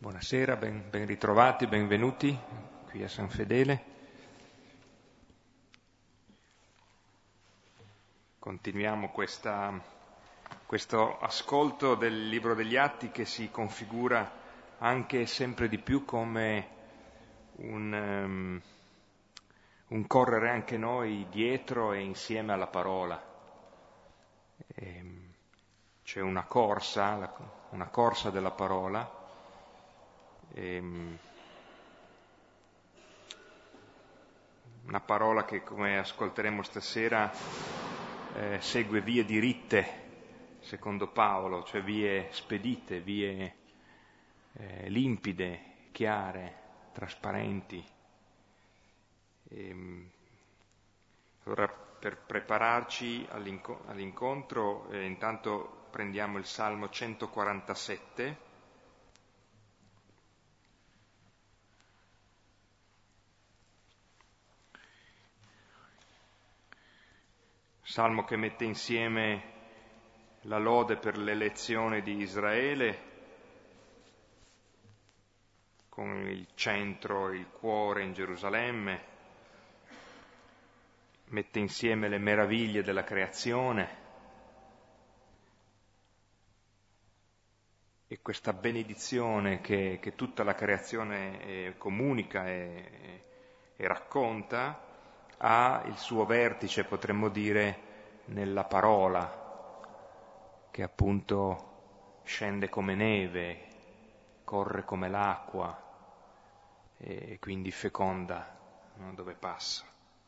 Buonasera, ben ritrovati, benvenuti qui a San Fedele. Continuiamo questo ascolto del Libro degli Atti che si configura anche sempre di più come un correre anche noi dietro e insieme alla parola. C'è una corsa della parola. Una parola che, come ascolteremo stasera, segue vie diritte, secondo Paolo, cioè vie spedite, vie limpide, chiare, trasparenti. Allora, per prepararci all'incontro, intanto prendiamo il Salmo 147, Salmo che mette insieme la lode per l'elezione di Israele con il centro, il cuore in Gerusalemme, mette insieme le meraviglie della creazione e questa benedizione che tutta la creazione comunica e racconta ha il suo vertice, potremmo dire, nella parola, che appunto scende come neve, corre come l'acqua e quindi feconda, no, dove passa.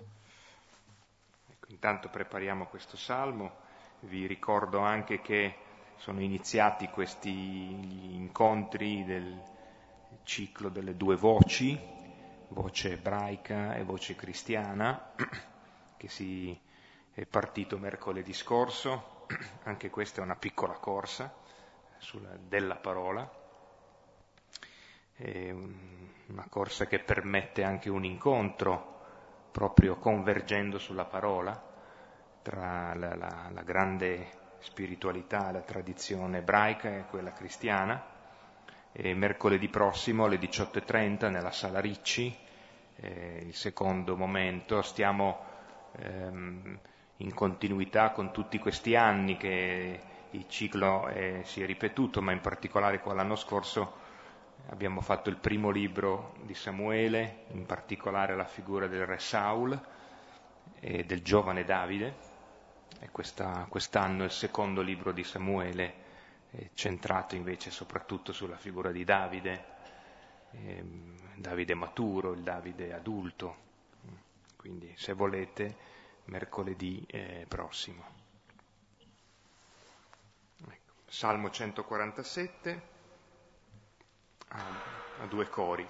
Ecco, intanto prepariamo questo salmo. Vi ricordo anche che sono iniziati questi incontri del ciclo delle due voci, voce ebraica e voce cristiana, che è partito mercoledì scorso. Anche questa è una piccola corsa della parola, è una corsa che permette anche un incontro, proprio convergendo sulla parola, tra la grande spiritualità, la tradizione ebraica e quella cristiana. E mercoledì prossimo alle 18:30 nella Sala Ricci, il secondo momento, stiamo in continuità con tutti questi anni che il ciclo si è ripetuto, ma in particolare qua l'anno scorso abbiamo fatto il primo libro di Samuele, in particolare la figura del re Saul e del giovane Davide, e quest'anno il secondo libro di Samuele è centrato invece soprattutto sulla figura di Davide, Davide maturo, il Davide adulto. Quindi, se volete, mercoledì prossimo. Ecco, Salmo 147 a due cori.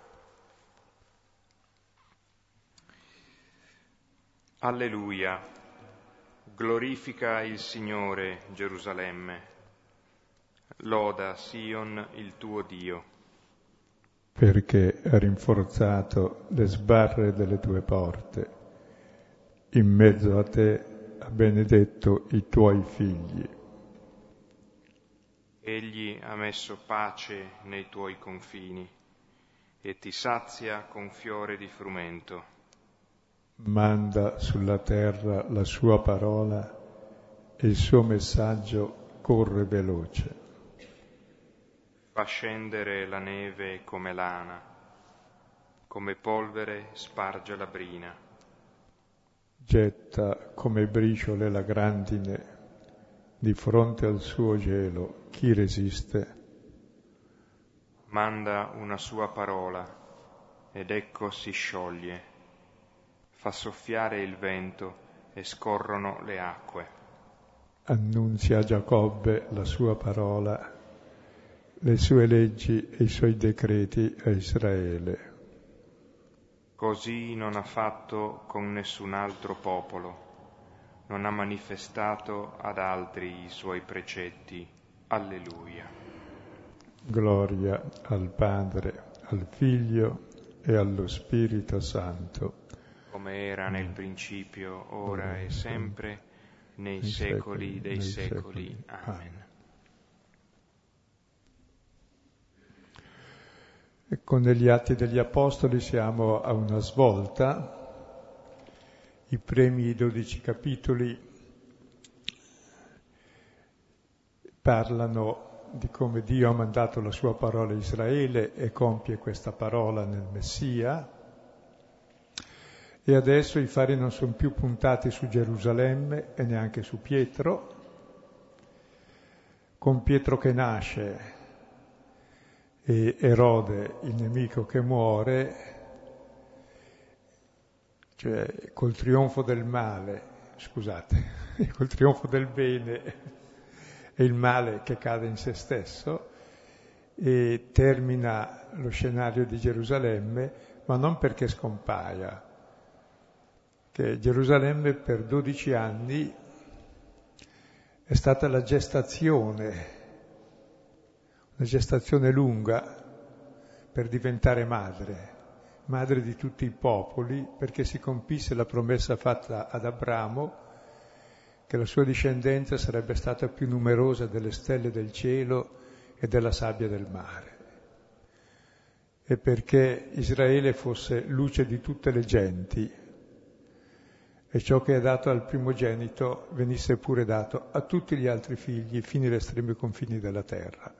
Alleluia, glorifica il Signore Gerusalemme, loda Sion il tuo Dio. Perché ha rinforzato le sbarre delle tue porte, in mezzo a te ha benedetto i tuoi figli. Egli ha messo pace nei tuoi confini e ti sazia con fiore di frumento. Manda sulla terra la sua parola e il suo messaggio corre veloce. Fa scendere la neve come lana, come polvere sparge la brina. Getta come briciole la grandine, di fronte al suo gelo chi resiste? Manda una sua parola ed ecco si scioglie, fa soffiare il vento e scorrono le acque. Annunzia a Giacobbe la sua parola, le sue leggi e i suoi decreti a Israele. Così non ha fatto con nessun altro popolo, non ha manifestato ad altri i suoi precetti. Alleluia. Gloria al Padre, al Figlio e allo Spirito Santo. Come era nel principio, ora e sempre, nei secoli dei secoli. Amen. E con gli Atti degli Apostoli siamo a una svolta. I primi 12 capitoli parlano di come Dio ha mandato la sua parola a Israele e compie questa parola nel Messia. E adesso i fari non sono più puntati su Gerusalemme e neanche su Pietro. Con Pietro che nasce e Erode, il nemico che muore, cioè col trionfo del male, col trionfo del bene e il male che cade in se stesso, e termina lo scenario di Gerusalemme, ma non perché scompaia, che Gerusalemme per 12 anni è stata la gestazione, una gestazione lunga per diventare madre di tutti i popoli, perché si compisse la promessa fatta ad Abramo che la sua discendenza sarebbe stata più numerosa delle stelle del cielo e della sabbia del mare, e perché Israele fosse luce di tutte le genti, e ciò che è dato al primogenito venisse pure dato a tutti gli altri figli fino agli estremi confini della terra.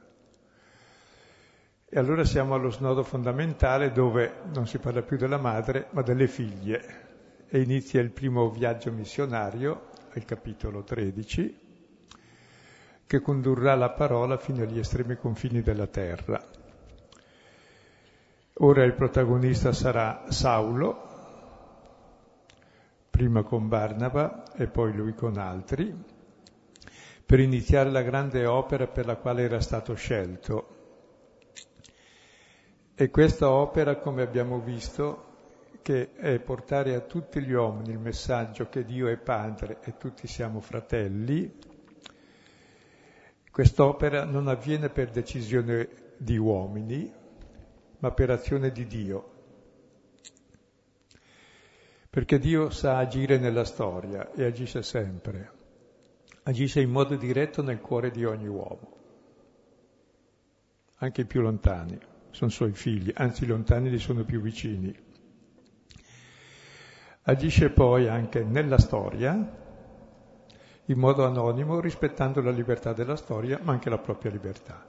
E allora siamo allo snodo fondamentale dove non si parla più della madre ma delle figlie, e inizia il primo viaggio missionario, al capitolo 13, che condurrà la parola fino agli estremi confini della terra. Ora il protagonista sarà Saulo, prima con Barnaba e poi lui con altri, per iniziare la grande opera per la quale era stato scelto. E questa opera, come abbiamo visto, che è portare a tutti gli uomini il messaggio che Dio è Padre e tutti siamo fratelli. Quest'opera non avviene per decisione di uomini, ma per azione di Dio. Perché Dio sa agire nella storia e agisce sempre. Agisce in modo diretto nel cuore di ogni uomo, anche i più lontani. Sono suoi figli, anzi i lontani li sono più vicini. Agisce poi anche nella storia, in modo anonimo, rispettando la libertà della storia, ma anche la propria libertà.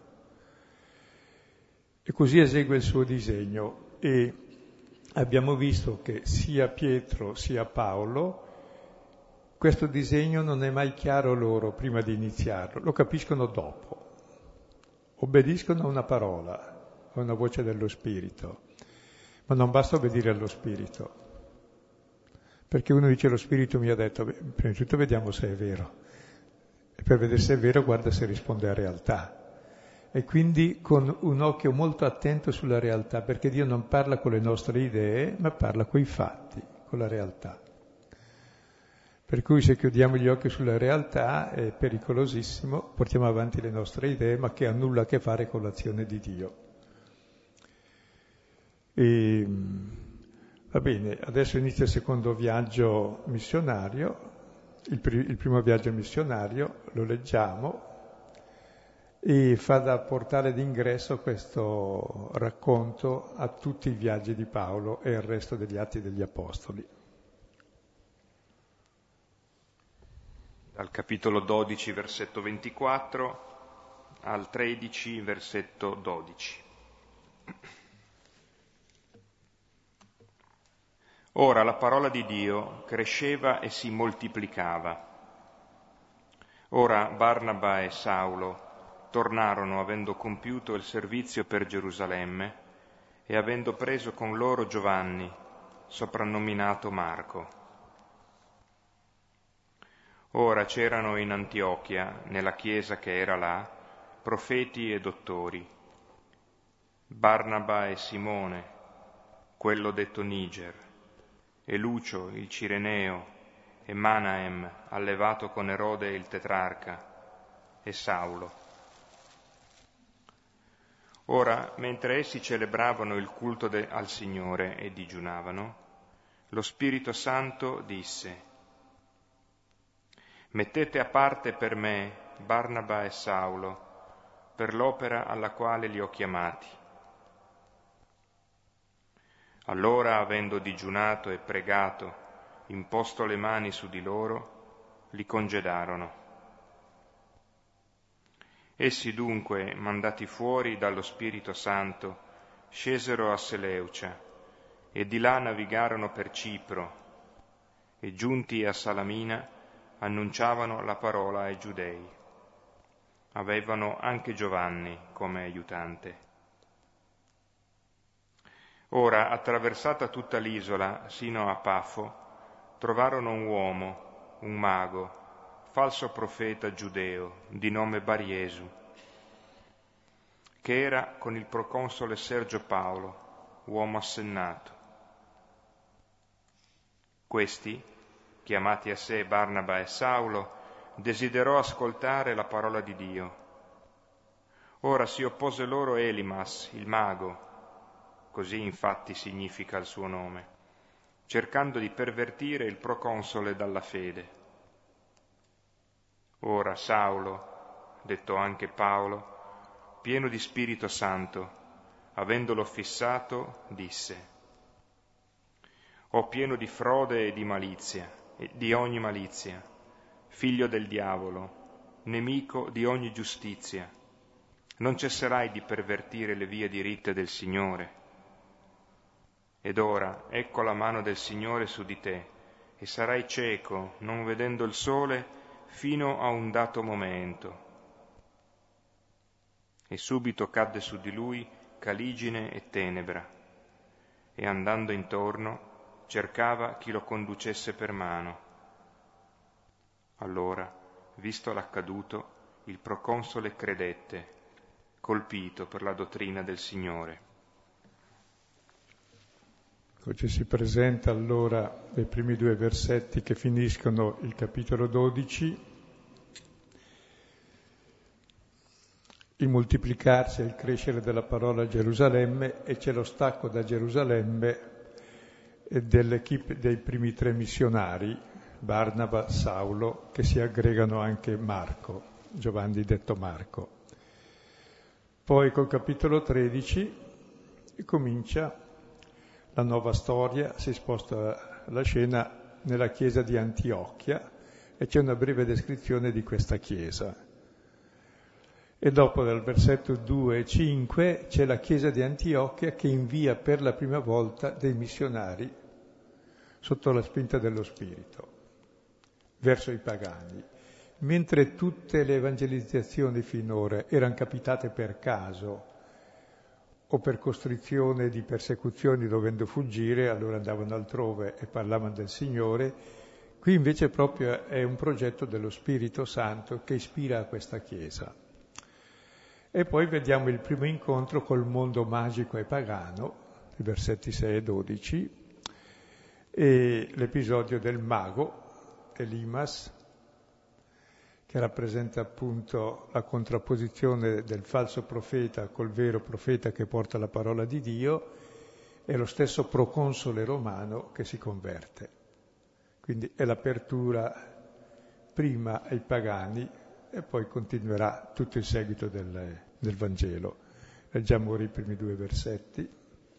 E così esegue il suo disegno. E abbiamo visto che sia Pietro sia Paolo, questo disegno non è mai chiaro loro prima di iniziarlo, lo capiscono dopo. Obbediscono a una parola, a una voce dello Spirito, ma non basta obbedire allo Spirito, perché uno dice lo Spirito mi ha detto, prima di tutto vediamo se è vero, e per vedere se è vero guarda se risponde a realtà, e quindi con un occhio molto attento sulla realtà, perché Dio non parla con le nostre idee, ma parla coi fatti, con la realtà. Per cui se chiudiamo gli occhi sulla realtà è pericolosissimo, portiamo avanti le nostre idee, ma che ha nulla a che fare con l'azione di Dio. E, va bene, adesso inizia il secondo viaggio missionario, il primo viaggio missionario, lo leggiamo, e fa da portale d'ingresso questo racconto a tutti i viaggi di Paolo e il resto degli Atti degli Apostoli. Dal capitolo 12, versetto 24, al 13, versetto 12. Ora la parola di Dio cresceva e si moltiplicava. Ora Barnaba e Saulo tornarono avendo compiuto il servizio per Gerusalemme e avendo preso con loro Giovanni, soprannominato Marco. Ora c'erano in Antiochia, nella chiesa che era là, profeti e dottori, Barnaba e Simone, quello detto Niger, e Lucio il Cireneo, e Manaem, allevato con Erode il tetrarca, e Saulo. Ora, mentre essi celebravano il culto al Signore e digiunavano, lo Spirito Santo disse: mettete a parte per me Barnaba e Saulo per l'opera alla quale li ho chiamati. Allora, avendo digiunato e pregato, imposto le mani su di loro, li congedarono. Essi dunque, mandati fuori dallo Spirito Santo, scesero a Seleucia e di là navigarono per Cipro e giunti a Salamina annunciavano la parola ai Giudei. Avevano anche Giovanni come aiutante. Ora, attraversata tutta l'isola sino a Pafo, trovarono un uomo, un mago, falso profeta giudeo, di nome Bariesu, che era con il proconsole Sergio Paolo, uomo assennato. Questi, chiamati a sé Barnaba e Saulo, desiderò ascoltare la parola di Dio. Ora si oppose loro Elimas, il mago, così infatti significa il suo nome, cercando di pervertire il proconsole dalla fede. Ora Saulo, detto anche Paolo, pieno di Spirito Santo, avendolo fissato, disse: «O pieno di frode e di malizia, e di ogni malizia, figlio del diavolo, nemico di ogni giustizia, non cesserai di pervertire le vie diritte del Signore. Ed ora ecco la mano del Signore su di te, e sarai cieco, non vedendo il sole, fino a un dato momento». E subito cadde su di lui caligine e tenebra, e andando intorno cercava chi lo conducesse per mano. Allora, visto l'accaduto, il proconsole credette, colpito per la dottrina del Signore. Ci si presenta allora nei primi 2 versetti che finiscono il capitolo 12, il moltiplicarsi e il crescere della parola a Gerusalemme, e c'è lo stacco da Gerusalemme dell'equipe dei primi 3 missionari, Barnaba, Saulo, che si aggregano anche Marco, Giovanni detto Marco. Poi col capitolo 13 comincia la nuova storia, si sposta la scena nella chiesa di Antiochia e c'è una breve descrizione di questa chiesa. E dopo dal versetto 2 e 5 c'è la chiesa di Antiochia che invia per la prima volta dei missionari sotto la spinta dello Spirito verso i pagani, mentre tutte le evangelizzazioni finora erano capitate per caso o per costrizione di persecuzioni dovendo fuggire, allora andavano altrove e parlavano del Signore. Qui invece proprio è un progetto dello Spirito Santo che ispira a questa Chiesa. E poi vediamo il primo incontro col mondo magico e pagano, i versetti 6 e 12, e l'episodio del mago, Elimas, che rappresenta appunto la contrapposizione del falso profeta col vero profeta che porta la parola di Dio, e lo stesso proconsole romano che si converte. Quindi è l'apertura prima ai pagani e poi continuerà tutto il seguito del Vangelo. Leggiamo ora i primi 2 versetti.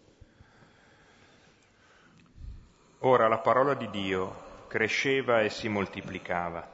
Ora la parola di Dio cresceva e si moltiplicava.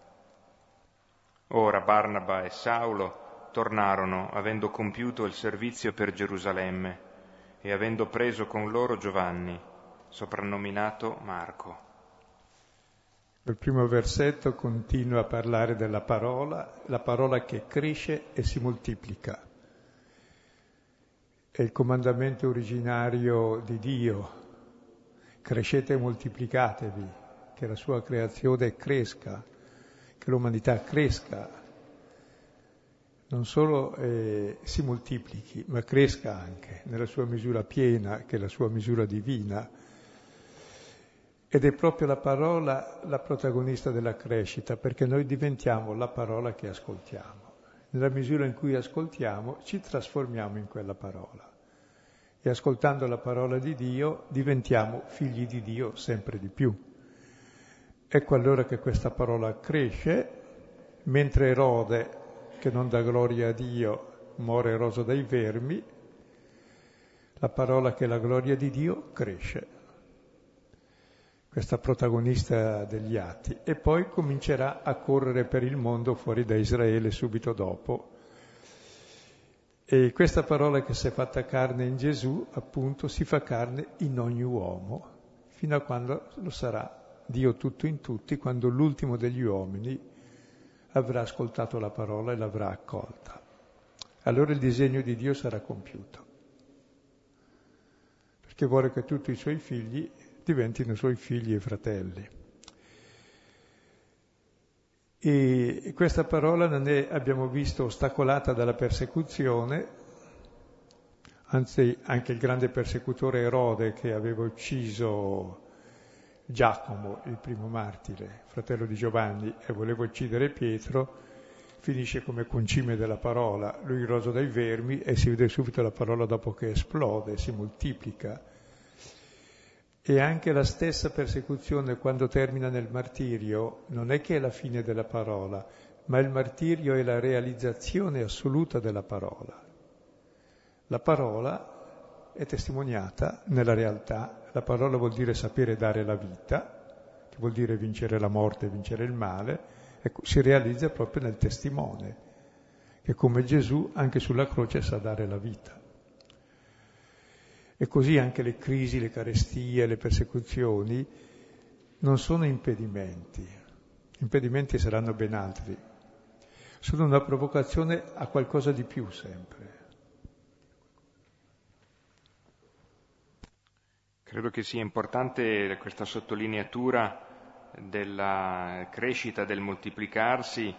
Ora Barnaba e Saulo tornarono, avendo compiuto il servizio per Gerusalemme e avendo preso con loro Giovanni, soprannominato Marco. Il primo versetto continua a parlare della parola, la parola che cresce e si moltiplica. È il comandamento originario di Dio: crescete e moltiplicatevi, che la sua creazione cresca, che l'umanità cresca, non solo si moltiplichi, ma cresca anche nella sua misura piena, che è la sua misura divina. Ed è proprio la parola la protagonista della crescita, perché noi diventiamo la parola che ascoltiamo. Nella misura in cui ascoltiamo, ci trasformiamo in quella parola. E ascoltando la parola di Dio, diventiamo figli di Dio sempre di più. Ecco allora che questa parola cresce, mentre Erode, che non dà gloria a Dio, muore eroso dai vermi, la parola che è la gloria di Dio cresce, questa protagonista degli atti, e poi comincerà a correre per il mondo fuori da Israele subito dopo. E questa parola che si è fatta carne in Gesù, appunto, si fa carne in ogni uomo, fino a quando lo sarà Dio tutto in tutti, quando l'ultimo degli uomini avrà ascoltato la parola e l'avrà accolta. Allora il disegno di Dio sarà compiuto, perché vuole che tutti i suoi figli diventino suoi figli e fratelli. E questa parola non è, abbiamo visto, ostacolata dalla persecuzione, anzi anche il grande persecutore Erode, che aveva ucciso Giacomo, il primo martire, fratello di Giovanni, e voleva uccidere Pietro, finisce come concime della parola, lui roso dai vermi, e si vede subito la parola dopo che esplode, si moltiplica. E anche la stessa persecuzione, quando termina nel martirio, non è che è la fine della parola, ma il martirio è la realizzazione assoluta della parola. La parola è testimoniata nella realtà, la parola vuol dire sapere dare la vita, che vuol dire vincere la morte e vincere il male, ecco, si realizza proprio nel testimone, che come Gesù anche sulla croce sa dare la vita. E così anche le crisi, le carestie, le persecuzioni non sono impedimenti. Gli impedimenti saranno ben altri. Sono una provocazione a qualcosa di più sempre. Credo che sia importante questa sottolineatura della crescita, del moltiplicarsi.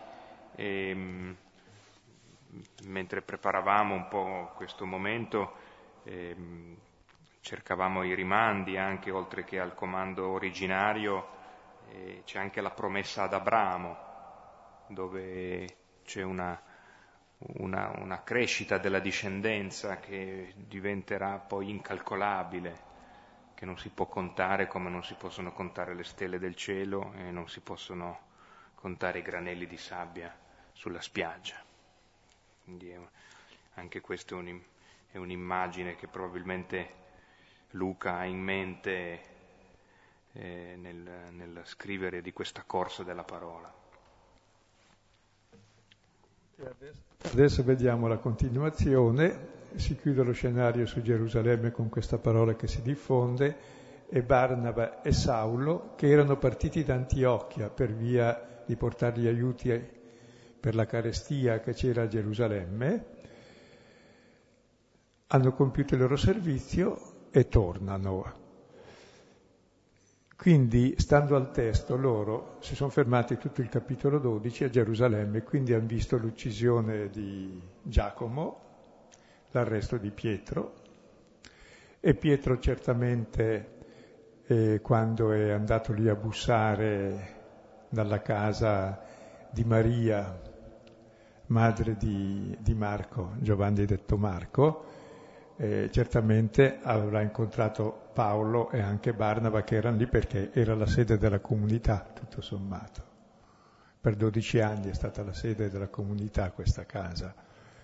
Mentre preparavamo un po' questo momento, cercavamo i rimandi anche, oltre che al comando originario, c'è anche la promessa ad Abramo, dove c'è una crescita della discendenza che diventerà poi incalcolabile, che non si può contare come non si possono contare le stelle del cielo e non si possono contare i granelli di sabbia sulla spiaggia. Quindi anche questo è un'immagine che probabilmente Luca ha in mente nel scrivere di questa corsa della parola. Adesso vediamo la continuazione. Si chiude lo scenario su Gerusalemme con questa parola che si diffonde, e Barnaba e Saulo, che erano partiti da Antiochia per via di portare gli aiuti per la carestia che c'era a Gerusalemme, hanno compiuto il loro servizio e tornano. Quindi, stando al testo, loro si sono fermati tutto il capitolo 12 a Gerusalemme, quindi hanno visto l'uccisione di Giacomo, l'arresto di Pietro, e Pietro certamente quando è andato lì a bussare dalla casa di Maria, madre di Marco, Giovanni detto Marco, certamente avrà incontrato Paolo e anche Barnaba, che erano lì perché era la sede della comunità, tutto sommato. Per 12 anni è stata la sede della comunità questa casa.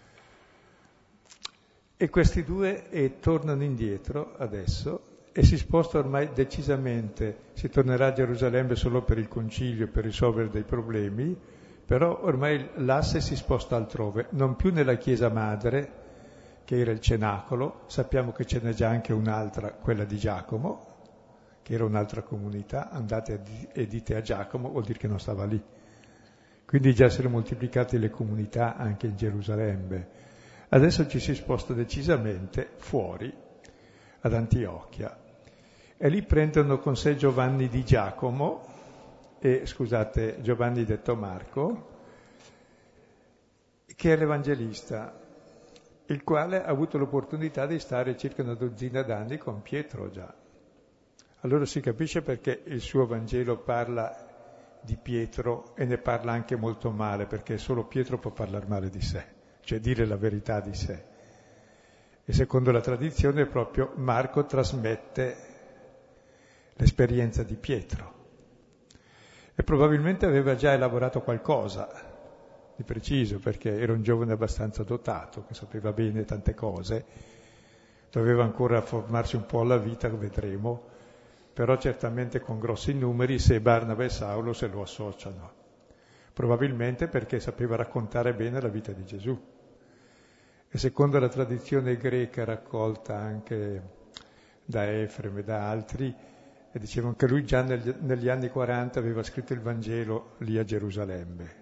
E questi due tornano indietro adesso e si sposta ormai decisamente. Si tornerà a Gerusalemme solo per il concilio, per risolvere dei problemi, però ormai l'asse si sposta altrove, non più nella chiesa madre, che era il cenacolo. Sappiamo che ce n'è già anche un'altra, quella di Giacomo, che era un'altra comunità. Andate e dite a Giacomo, vuol dire che non stava lì. Quindi già si sono moltiplicate le comunità anche in Gerusalemme. Adesso ci si sposta decisamente fuori, ad Antiochia, e lì prendono con sé Giovanni di Giacomo, Giovanni detto Marco, che è l'Evangelista, il quale ha avuto l'opportunità di stare circa una dozzina d'anni con Pietro già. Allora si capisce perché il suo Vangelo parla di Pietro e ne parla anche molto male, perché solo Pietro può parlare male di sé, cioè dire la verità di sé. E secondo la tradizione proprio Marco trasmette l'esperienza di Pietro. E probabilmente aveva già elaborato qualcosa di preciso, perché era un giovane abbastanza dotato, che sapeva bene tante cose, doveva ancora formarsi un po' alla vita, vedremo, però certamente con grossi numeri se Barnaba e Saulo se lo associano, probabilmente perché sapeva raccontare bene la vita di Gesù. E secondo la tradizione greca raccolta anche da Efrem e da altri, e dicevano che lui già negli anni 40 aveva scritto il Vangelo lì a Gerusalemme,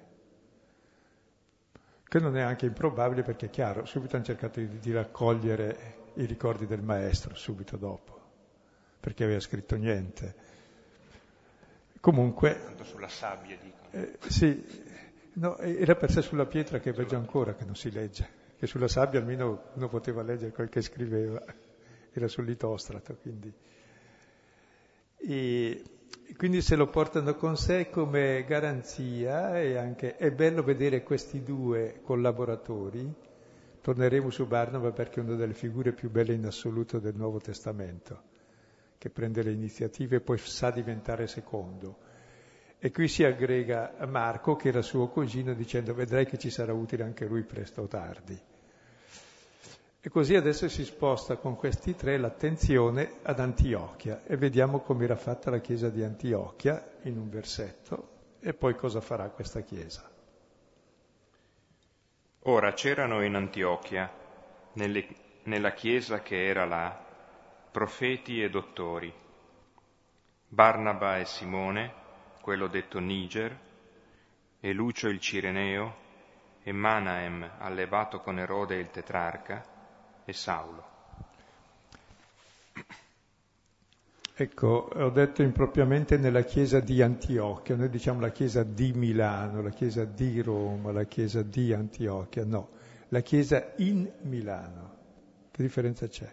che non è anche improbabile perché è chiaro, subito hanno cercato di raccogliere i ricordi del maestro, subito dopo, perché aveva scritto niente. Comunque... Tanto sulla sabbia, dicono. Sì, no, era per sé sulla pietra che è peggio ancora, che non si legge, che sulla sabbia almeno uno poteva leggere quel che scriveva, era sul litostrato, quindi... E quindi se lo portano con sé come garanzia e anche è bello vedere questi due collaboratori. Torneremo su Barnaba perché è una delle figure più belle in assoluto del Nuovo Testamento, che prende le iniziative e poi sa diventare secondo. E qui si aggrega Marco, che era suo cugino, dicendo vedrai che ci sarà utile anche lui presto o tardi. E così adesso si sposta con questi tre l'attenzione ad Antiochia e vediamo come era fatta la chiesa di Antiochia in un versetto e poi cosa farà questa chiesa. Ora c'erano in Antiochia, nella chiesa che era là, profeti e dottori, Barnaba e Simone, quello detto Niger, e Lucio il Cireneo, e Manaem, allevato con Erode il tetrarca, e Saulo. Ecco, ho detto impropriamente nella chiesa di Antiochia, noi diciamo la chiesa di Milano, la chiesa di Roma, la chiesa di Antiochia, no, la chiesa in Milano. Che differenza c'è?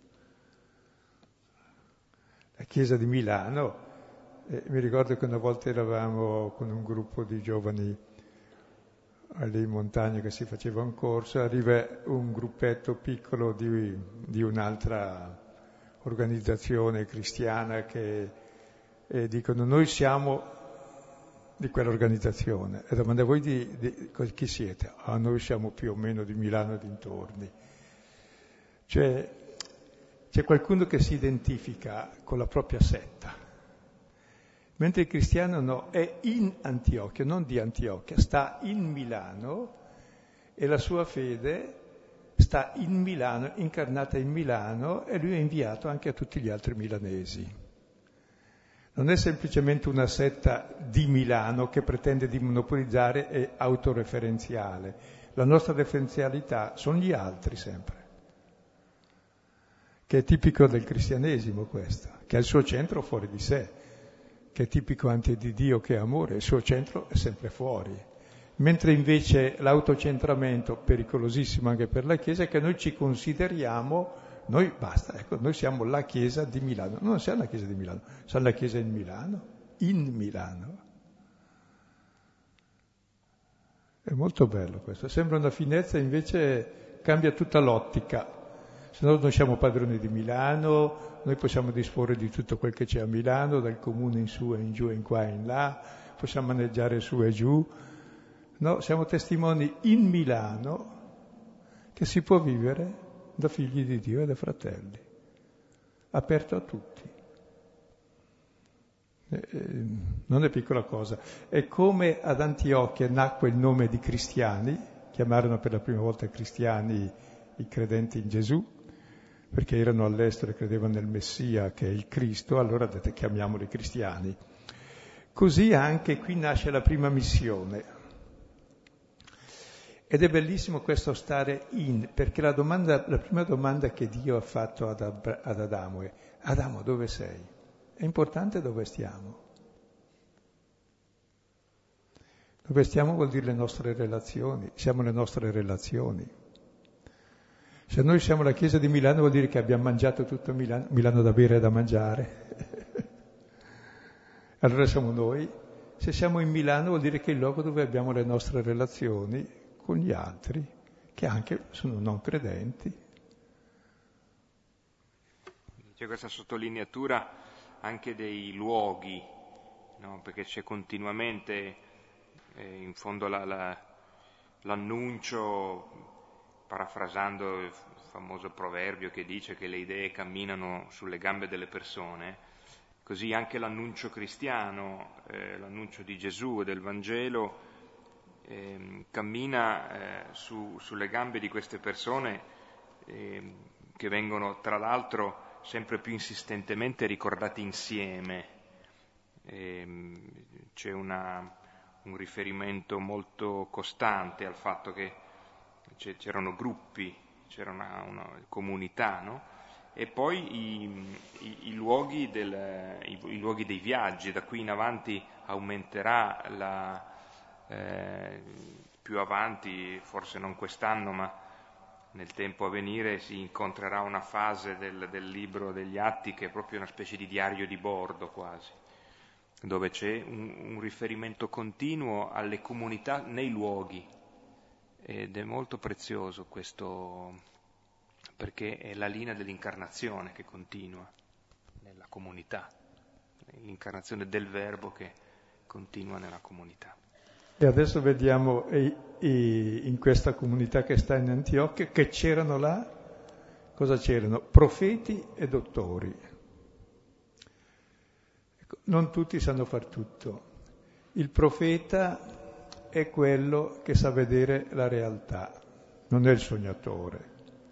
La chiesa di Milano, mi ricordo che una volta eravamo con un gruppo di giovani lì in montagna che si faceva un corso, arriva un gruppetto piccolo di un'altra organizzazione cristiana che dicono noi siamo di quell'organizzazione. E domanda voi chi siete? Ah, noi siamo più o meno di Milano e dintorni. Cioè c'è qualcuno che si identifica con la propria setta. Mentre il cristiano no, è in Antiochia, non di Antiochia, sta in Milano e la sua fede sta in Milano, incarnata in Milano e lui è inviato anche a tutti gli altri milanesi. Non è semplicemente una setta di Milano che pretende di monopolizzare e autoreferenziale. La nostra referenzialità sono gli altri sempre, che è tipico del cristianesimo questo, che ha il suo centro fuori di sé, che è tipico anche di Dio che è amore, il suo centro è sempre fuori. Mentre invece l'autocentramento, pericolosissimo anche per la Chiesa, è che noi ci consideriamo, noi basta, ecco, noi siamo la Chiesa di Milano. Non siamo la Chiesa di Milano, siamo la Chiesa in Milano. È molto bello questo, sembra una finezza, invece cambia tutta l'ottica. Se no noi siamo padroni di Milano, noi possiamo disporre di tutto quel che c'è a Milano, dal comune in su e in giù e in qua e in là, possiamo maneggiare su e giù. No, siamo testimoni in Milano che si può vivere da figli di Dio e da fratelli, aperto a tutti. Non è piccola cosa. È come ad Antiochia nacque il nome di cristiani, chiamarono per la prima volta cristiani i credenti in Gesù, perché erano all'estero e credevano nel Messia che è il Cristo, allora chiamiamoli cristiani. Così anche qui nasce la prima missione. Ed è bellissimo questo stare in, perché la prima domanda che Dio ha fatto ad Adamo è: Adamo, dove sei? È importante dove stiamo. Dove stiamo vuol dire le nostre relazioni, siamo le nostre relazioni. Se noi siamo la Chiesa di Milano vuol dire che abbiamo mangiato tutto Milano da bere e da mangiare. Allora siamo noi. Se siamo in Milano vuol dire che è il luogo dove abbiamo le nostre relazioni con gli altri, che anche sono non credenti. C'è questa sottolineatura anche dei luoghi, no? Perché c'è continuamente in fondo l'annuncio parafrasando il famoso proverbio che dice che le idee camminano sulle gambe delle persone, così anche l'annuncio cristiano, l'annuncio di Gesù e del Vangelo cammina sulle gambe di queste persone che vengono tra l'altro sempre più insistentemente ricordate insieme. C'è un riferimento molto costante al fatto che c'erano gruppi, c'era una comunità, no? E poi i luoghi dei viaggi. Da qui in avanti aumenterà più avanti, forse non quest'anno, ma nel tempo a venire si incontrerà una fase del libro degli Atti che è proprio una specie di diario di bordo quasi, dove c'è un riferimento continuo alle comunità nei luoghi, ed è molto prezioso questo, perché è la linea dell'incarnazione che continua nella comunità, l'incarnazione del Verbo che continua nella comunità. E adesso vediamo in questa comunità che sta in Antiochia che c'erano là, cosa c'erano? Profeti e dottori. Ecco, non tutti sanno far tutto. Il profeta è quello che sa vedere la realtà, non è il sognatore.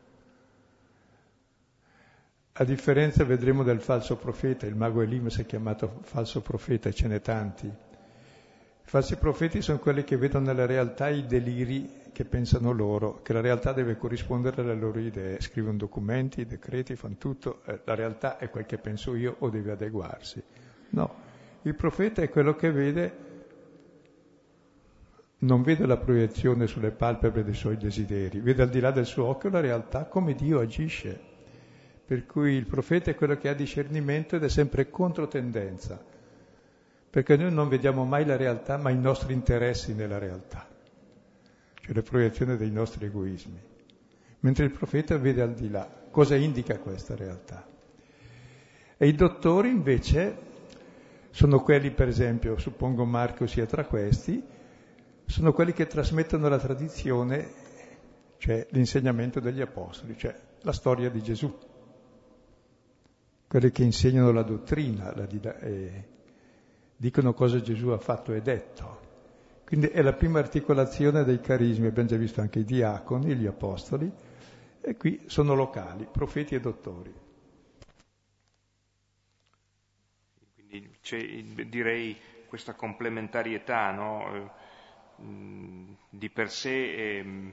A differenza, vedremo, del falso profeta, il mago Elim si è chiamato falso profeta, ce n'è tanti. I falsi profeti sono quelli che vedono nella realtà i deliri che pensano loro, che la realtà deve corrispondere alle loro idee. Scrivono documenti, decreti, fanno tutto, la realtà è quel che penso io o deve adeguarsi. No, il profeta è quello che vede, non vede la proiezione sulle palpebre dei suoi desideri, vede al di là del suo occhio la realtà come Dio agisce. Per cui il profeta è quello che ha discernimento ed è sempre controtendenza, perché noi non vediamo mai la realtà, ma i nostri interessi nella realtà, cioè le proiezioni dei nostri egoismi, mentre il profeta vede al di là. Cosa indica questa realtà? E i dottori invece sono quelli, per esempio, suppongo Marco sia tra questi, sono quelli che trasmettono la tradizione, cioè l'insegnamento degli apostoli, cioè la storia di Gesù, quelli che insegnano la dottrina, dicono cosa Gesù ha fatto e detto. Quindi è la prima articolazione dei carismi, abbiamo già visto anche i diaconi, gli apostoli, e qui sono locali, profeti e dottori. Quindi c'è, direi, questa complementarietà, no? Di per sé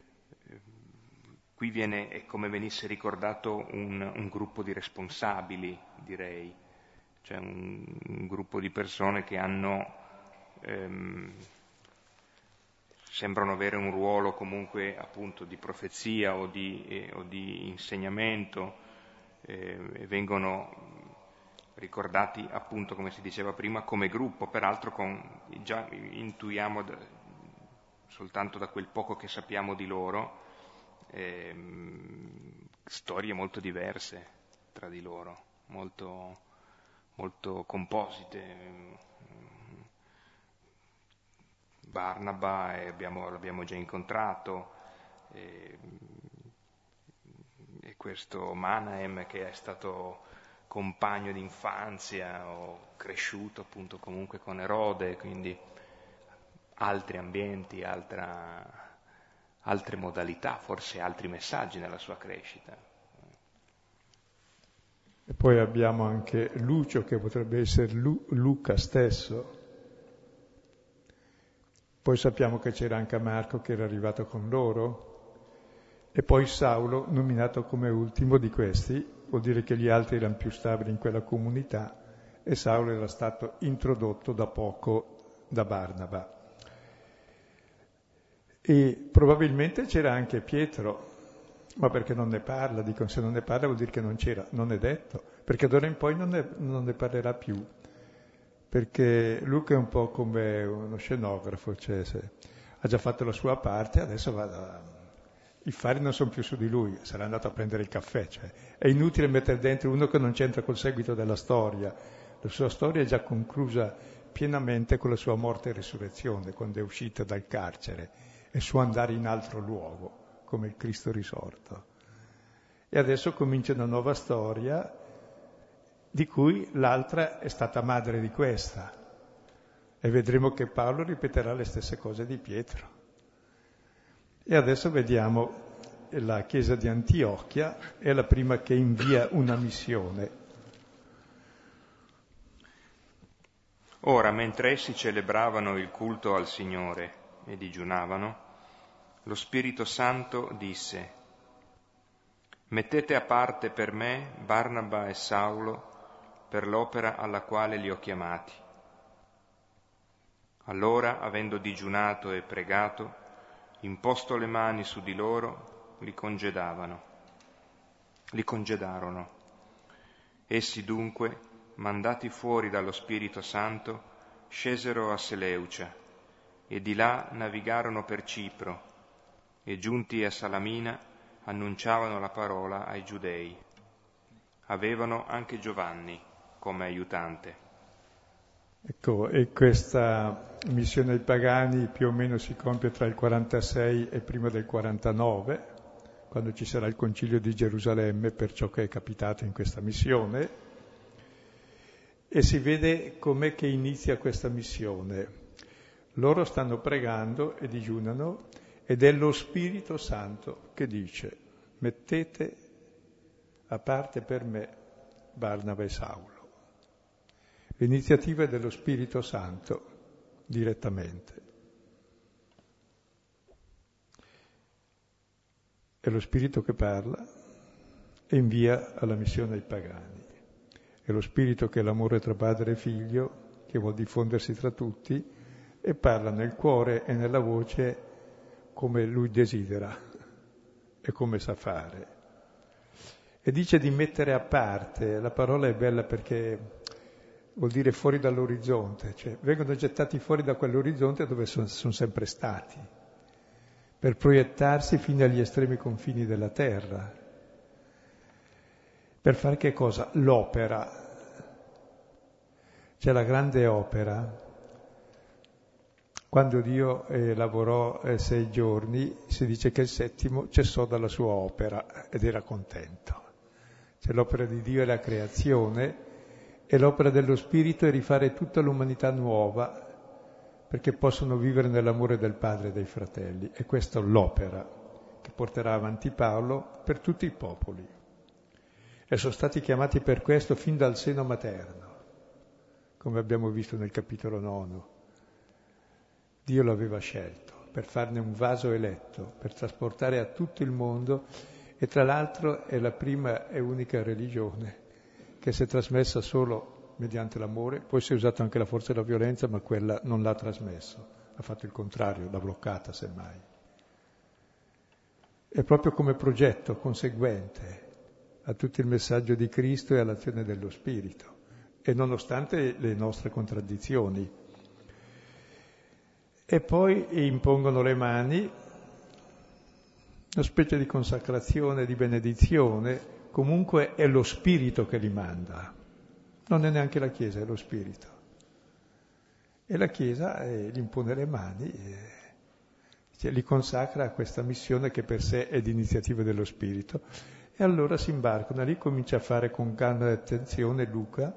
qui è come venisse ricordato un gruppo di responsabili, direi, cioè un gruppo di persone che hanno sembrano avere un ruolo comunque appunto di profezia o di insegnamento, e vengono ricordati appunto, come si diceva prima, come gruppo, peraltro già intuiamo soltanto da quel poco che sappiamo di loro storie molto diverse tra di loro, molto, molto composite. Barnaba l'abbiamo già incontrato, e questo Manahem che è stato compagno d'infanzia o cresciuto appunto comunque con Erode, quindi altri ambienti, altre modalità, forse altri messaggi nella sua crescita. E poi abbiamo anche Lucio, che potrebbe essere Luca stesso. Poi sappiamo che c'era anche Marco che era arrivato con loro, e poi Saulo, nominato come ultimo di questi, vuol dire che gli altri erano più stabili in quella comunità e Saulo era stato introdotto da poco da Barnaba. E probabilmente c'era anche Pietro, ma perché non ne parla? Dicono, se non ne parla vuol dire che non c'era, non è detto, perché d'ora in poi non ne parlerà più. Perché Luca è un po' come uno scenografo, cioè ha già fatto la sua parte, adesso i fari non sono più su di lui, sarà andato a prendere il caffè, cioè è inutile mettere dentro uno che non c'entra col seguito della storia. La sua storia è già conclusa pienamente con la sua morte e risurrezione, quando è uscita dal carcere e il suo andare in altro luogo, come il Cristo risorto. E adesso comincia una nuova storia di cui l'altra è stata madre di questa. E vedremo che Paolo ripeterà le stesse cose di Pietro. E adesso vediamo la chiesa di Antiochia, è la prima che invia una missione. Ora, mentre essi celebravano il culto al Signore e digiunavano, lo Spirito Santo disse: «Mettete a parte per me Barnaba e Saulo per l'opera alla quale li ho chiamati». Allora, avendo digiunato e pregato, imposto le mani su di loro, li congedarono. Essi dunque, mandati fuori dallo Spirito Santo, scesero a Seleucia e di là navigarono per Cipro e giunti a Salamina annunciavano la parola ai Giudei. Avevano anche Giovanni come aiutante. Ecco, e questa missione ai pagani più o meno si compie tra il 46 e prima del 49, quando ci sarà il Concilio di Gerusalemme per ciò che è capitato in questa missione, e si vede com'è che inizia questa missione. Loro stanno pregando e digiunano ed è lo Spirito Santo che dice: mettete a parte per me Barnaba e Saulo. L'iniziativa è dello Spirito Santo direttamente. È lo Spirito che parla e invia alla missione ai pagani. È lo Spirito che è l'amore tra padre e figlio, che vuol diffondersi tra tutti, e parla nel cuore e nella voce come lui desidera e come sa fare. E dice di mettere a parte. La parola è bella perché vuol dire fuori dall'orizzonte, cioè vengono gettati fuori da quell'orizzonte dove sono sempre stati, per proiettarsi fino agli estremi confini della terra. Per fare che cosa? L'opera. C'è la grande opera. Quando Dio lavorò 6 giorni, si dice che il 7° cessò dalla sua opera ed era contento. C'è l'opera di Dio è la creazione, e l'opera dello Spirito è rifare tutta l'umanità nuova, perché possono vivere nell'amore del Padre e dei fratelli. E questa è l'opera che porterà avanti Paolo per tutti i popoli. E sono stati chiamati per questo fin dal seno materno, come abbiamo visto nel capitolo 9. Dio lo aveva scelto per farne un vaso eletto, per trasportare a tutto il mondo, e tra l'altro è la prima e unica religione che si è trasmessa solo mediante l'amore. Poi si è usata anche la forza e la violenza, ma quella non l'ha trasmesso, ha fatto il contrario, l'ha bloccata semmai. È proprio come progetto conseguente a tutto il messaggio di Cristo e all'azione dello Spirito, e nonostante le nostre contraddizioni. E poi impongono le mani, una specie di consacrazione, di benedizione. Comunque è lo Spirito che li manda, non è neanche la Chiesa, è lo Spirito. E la Chiesa gli impone le mani, li consacra a questa missione che per sé è di iniziativa dello Spirito. E allora si imbarcano, lì comincia a fare con calma e attenzione Luca,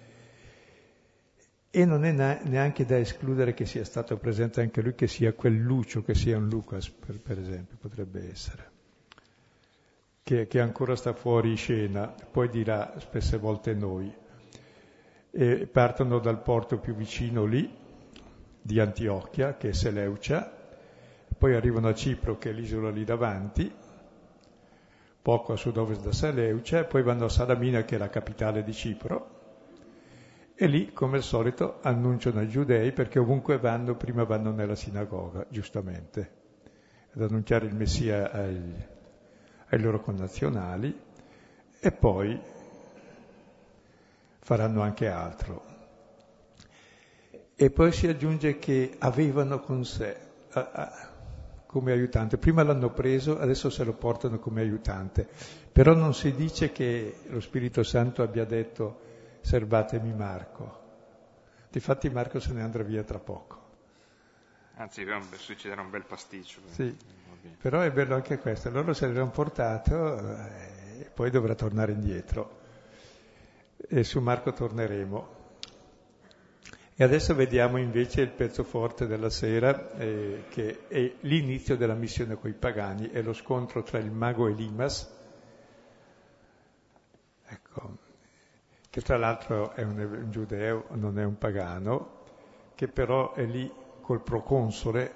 e non è neanche da escludere che sia stato presente anche lui, che sia quel Lucio, che sia un Lucas, per esempio, potrebbe essere. Che ancora sta fuori scena, poi dirà spesse volte noi. E partono dal porto più vicino lì, di Antiochia, che è Seleucia, poi arrivano a Cipro, che è l'isola lì davanti, poco a sud-ovest da Seleucia, e poi vanno a Salamina, che è la capitale di Cipro, e lì, come al solito, annunciano ai giudei, perché ovunque vanno, prima vanno nella sinagoga, giustamente, ad annunciare il Messia ai loro connazionali, e poi faranno anche altro. E poi si aggiunge che avevano con sé come aiutante. Prima l'hanno preso, adesso se lo portano come aiutante. Però non si dice che lo Spirito Santo abbia detto: servatemi Marco. Difatti Marco se ne andrà via tra poco. Anzi, succederà un bel pasticcio. Sì. Però è bello anche questo, loro se l'hanno portato e poi dovrà tornare indietro. E su Marco torneremo. E adesso vediamo invece il pezzo forte della sera, che è l'inizio della missione coi pagani, è lo scontro tra il mago Elimas, ecco, che tra l'altro è un giudeo, non è un pagano, che però è lì col proconsole.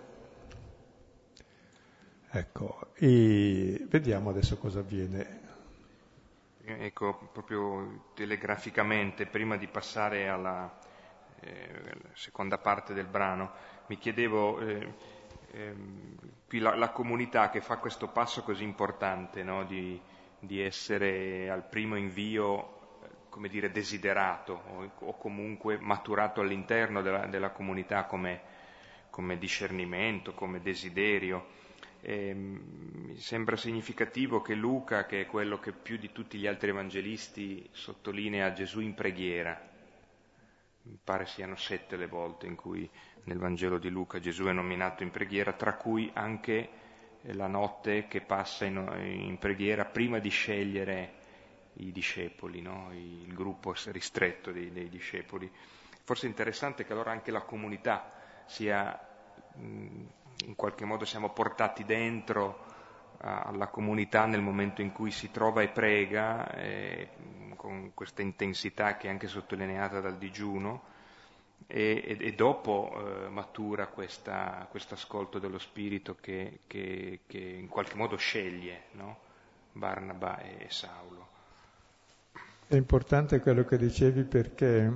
Ecco, e vediamo adesso cosa avviene. Ecco, proprio telegraficamente, prima di passare alla seconda parte del brano, mi chiedevo, qui la comunità che fa questo passo così importante, no? di essere al primo invio, come dire, desiderato o comunque maturato all'interno della comunità come discernimento, come desiderio. Mi sembra significativo che Luca, che è quello che più di tutti gli altri evangelisti sottolinea Gesù in preghiera, mi pare siano 7 le volte in cui nel Vangelo di Luca Gesù è nominato in preghiera, tra cui anche la notte che passa in preghiera prima di scegliere i discepoli, no? Il gruppo ristretto dei discepoli. Forse è interessante che allora anche la comunità sia, in qualche modo siamo portati dentro alla comunità nel momento in cui si trova e prega, con questa intensità che è anche sottolineata dal digiuno, e dopo matura questo ascolto dello Spirito che in qualche modo sceglie, no? Barnaba e Saulo. È importante quello che dicevi, perché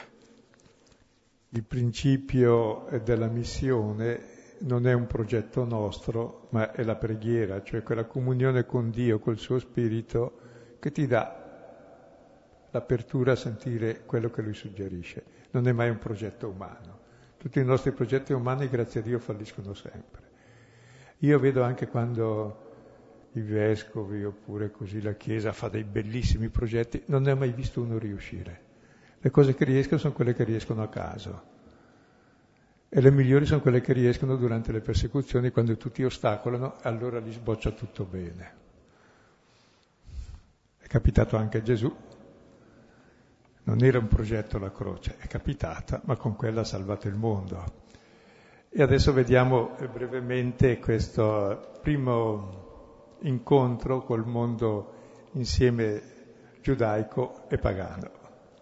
il principio della missione non è un progetto nostro, ma è la preghiera, cioè quella comunione con Dio, col suo Spirito, che ti dà l'apertura a sentire quello che Lui suggerisce. Non è mai un progetto umano. Tutti i nostri progetti umani, grazie a Dio, falliscono sempre. Io vedo anche quando i vescovi, oppure così la Chiesa, fa dei bellissimi progetti, non ne ho mai visto uno riuscire. Le cose che riescono sono quelle che riescono a caso. E le migliori sono quelle che riescono durante le persecuzioni, quando tutti ostacolano, allora li sboccia tutto bene. È capitato anche a Gesù. Non era un progetto la croce, è capitata, ma con quella ha salvato il mondo. E adesso vediamo brevemente questo primo incontro col mondo insieme giudaico e pagano.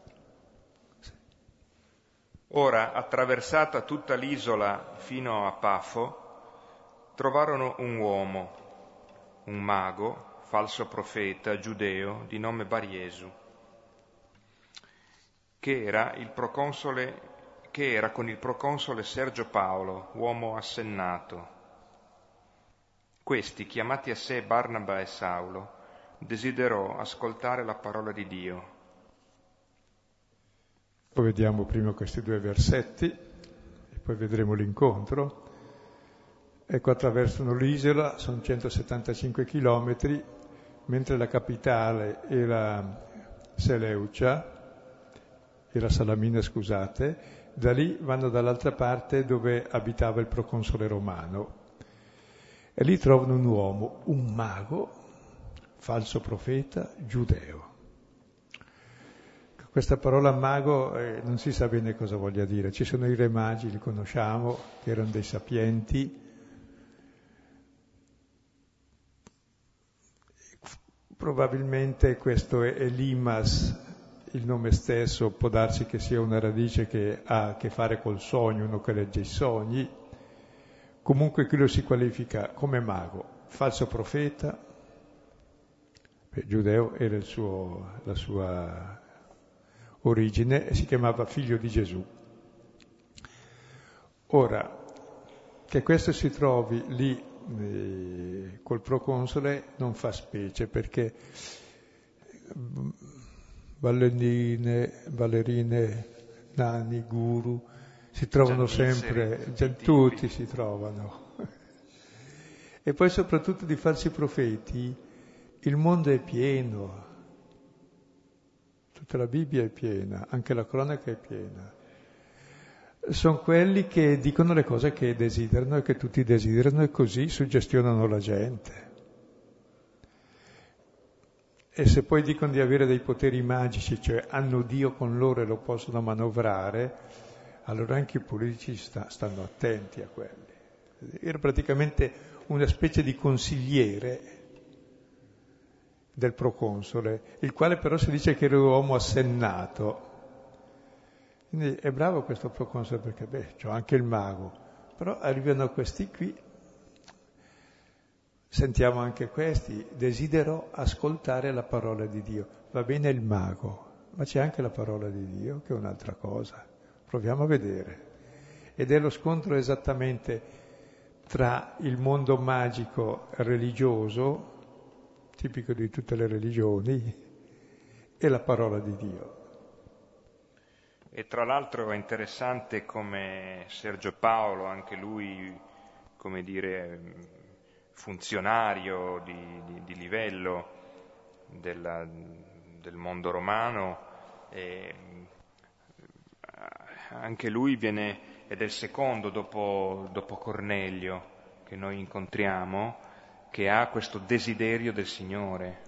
Ora, attraversata tutta l'isola fino a Pafo, trovarono un uomo, un mago, falso profeta, giudeo, di nome Bariesu, che era con il proconsole Sergio Paolo, uomo assennato. Questi, chiamati a sé Barnaba e Saulo, desiderò ascoltare la parola di Dio. Poi vediamo prima questi 2 versetti e poi vedremo l'incontro. Ecco, attraversano l'isola, sono 175 chilometri, mentre la capitale era Seleucia, era Salamina, scusate, da lì vanno dall'altra parte dove abitava il proconsole romano. E lì trovano un uomo, un mago, falso profeta, giudeo. Questa parola mago non si sa bene cosa voglia dire. Ci sono i re magi, li conosciamo, che erano dei sapienti. Probabilmente questo è Elimas, il nome stesso, può darsi che sia una radice che ha a che fare col sogno, uno che legge i sogni. Comunque qui lo si qualifica come mago, falso profeta. Giudeo era la sua origine, e si chiamava figlio di Gesù. Ora, che questo si trovi lì col proconsole non fa specie, perché ballerine, nani, guru, si trovano sempre, tutti si trovano. E poi soprattutto di falsi profeti, il mondo è pieno. Tutta la Bibbia è piena, anche la cronaca è piena. sono quelli che dicono le cose che desiderano e che tutti desiderano e così suggestionano la gente. E se poi dicono di avere dei poteri magici, cioè hanno Dio con loro e lo possono manovrare, allora anche i politici stanno attenti a quelli. Era praticamente una specie di consigliere del proconsole, il quale però si dice che era un uomo assennato. Quindi è bravo questo proconsole perché, c'ho anche il mago, però arrivano questi qui, sentiamo anche questi, desidero ascoltare la parola di Dio. Va bene il mago, ma c'è anche la parola di Dio che è un'altra cosa. Proviamo a vedere. Ed è lo scontro esattamente tra il mondo magico religioso, tipico di tutte le religioni, e la parola di Dio. E tra l'altro è interessante come Sergio Paolo, anche lui, come dire, funzionario di livello del mondo romano, anche lui viene, ed è il secondo dopo Cornelio che noi incontriamo, che ha questo desiderio del Signore.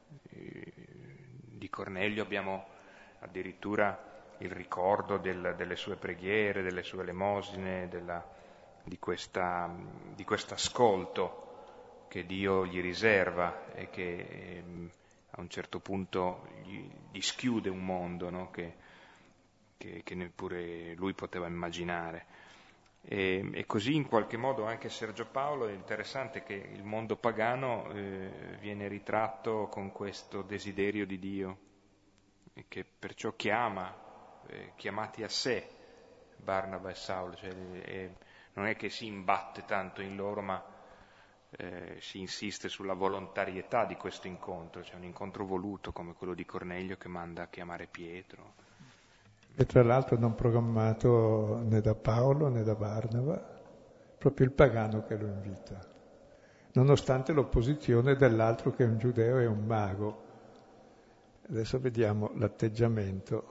Di Cornelio abbiamo addirittura il ricordo delle sue preghiere, delle sue elemosine, di quest'ascolto che Dio gli riserva e che a un certo punto gli schiude un mondo, no? che neppure lui poteva immaginare. E così in qualche modo anche Sergio Paolo è interessante che il mondo pagano viene ritratto con questo desiderio di Dio e che perciò chiamati a sé Barnaba e Saulo, cioè, non è che si imbatte tanto in loro, ma si insiste sulla volontarietà di questo incontro, cioè un incontro voluto come quello di Cornelio che manda a chiamare Pietro. E tra l'altro non programmato né da Paolo né da Barnaba, proprio il pagano che lo invita, nonostante l'opposizione dell'altro che è un giudeo e un mago. Adesso vediamo l'atteggiamento.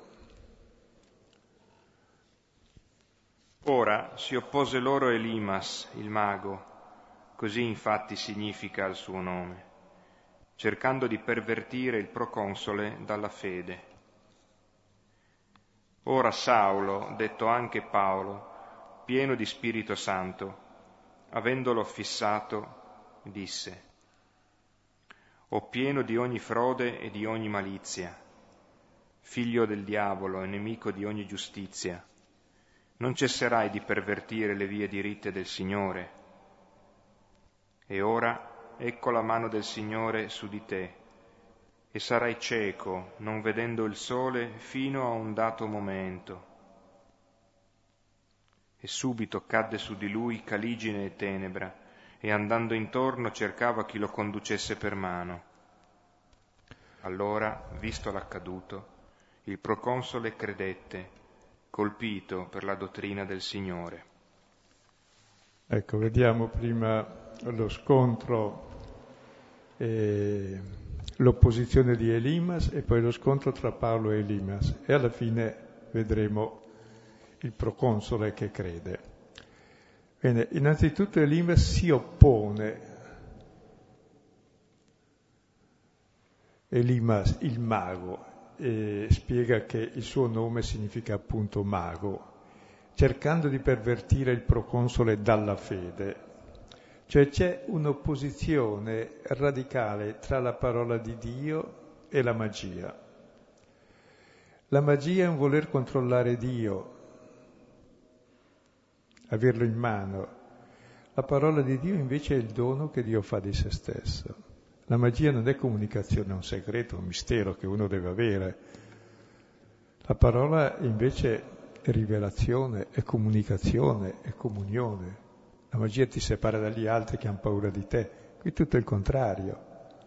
Ora si oppose loro Elimas, il mago, così infatti significa il suo nome, cercando di pervertire il proconsole dalla fede. Ora Saulo, detto anche Paolo, pieno di Spirito Santo, avendolo fissato, disse: «O pieno di ogni frode e di ogni malizia, figlio del diavolo e nemico di ogni giustizia, non cesserai di pervertire le vie diritte del Signore. E ora ecco la mano del Signore su di te, e sarai cieco, non vedendo il sole fino a un dato momento». E subito cadde su di lui caligine e tenebra, e andando intorno cercava chi lo conducesse per mano. Allora, visto l'accaduto, il proconsole credette, colpito per la dottrina del Signore. Ecco, vediamo prima lo scontro, l'opposizione di Elimas e poi lo scontro tra Paolo e Elimas e alla fine vedremo il proconsole che crede. Bene, innanzitutto Elimas si oppone. Elimas, il mago, spiega che il suo nome significa appunto mago, cercando di pervertire il proconsole dalla fede. Cioè c'è un'opposizione radicale tra la parola di Dio e la magia. La magia è un voler controllare Dio, averlo in mano. La parola di Dio invece è il dono che Dio fa di se stesso. La magia non è comunicazione, è un segreto, un mistero che uno deve avere. La parola invece è rivelazione, è comunicazione, è comunione. La magia ti separa dagli altri che hanno paura di te. Qui tutto è il contrario.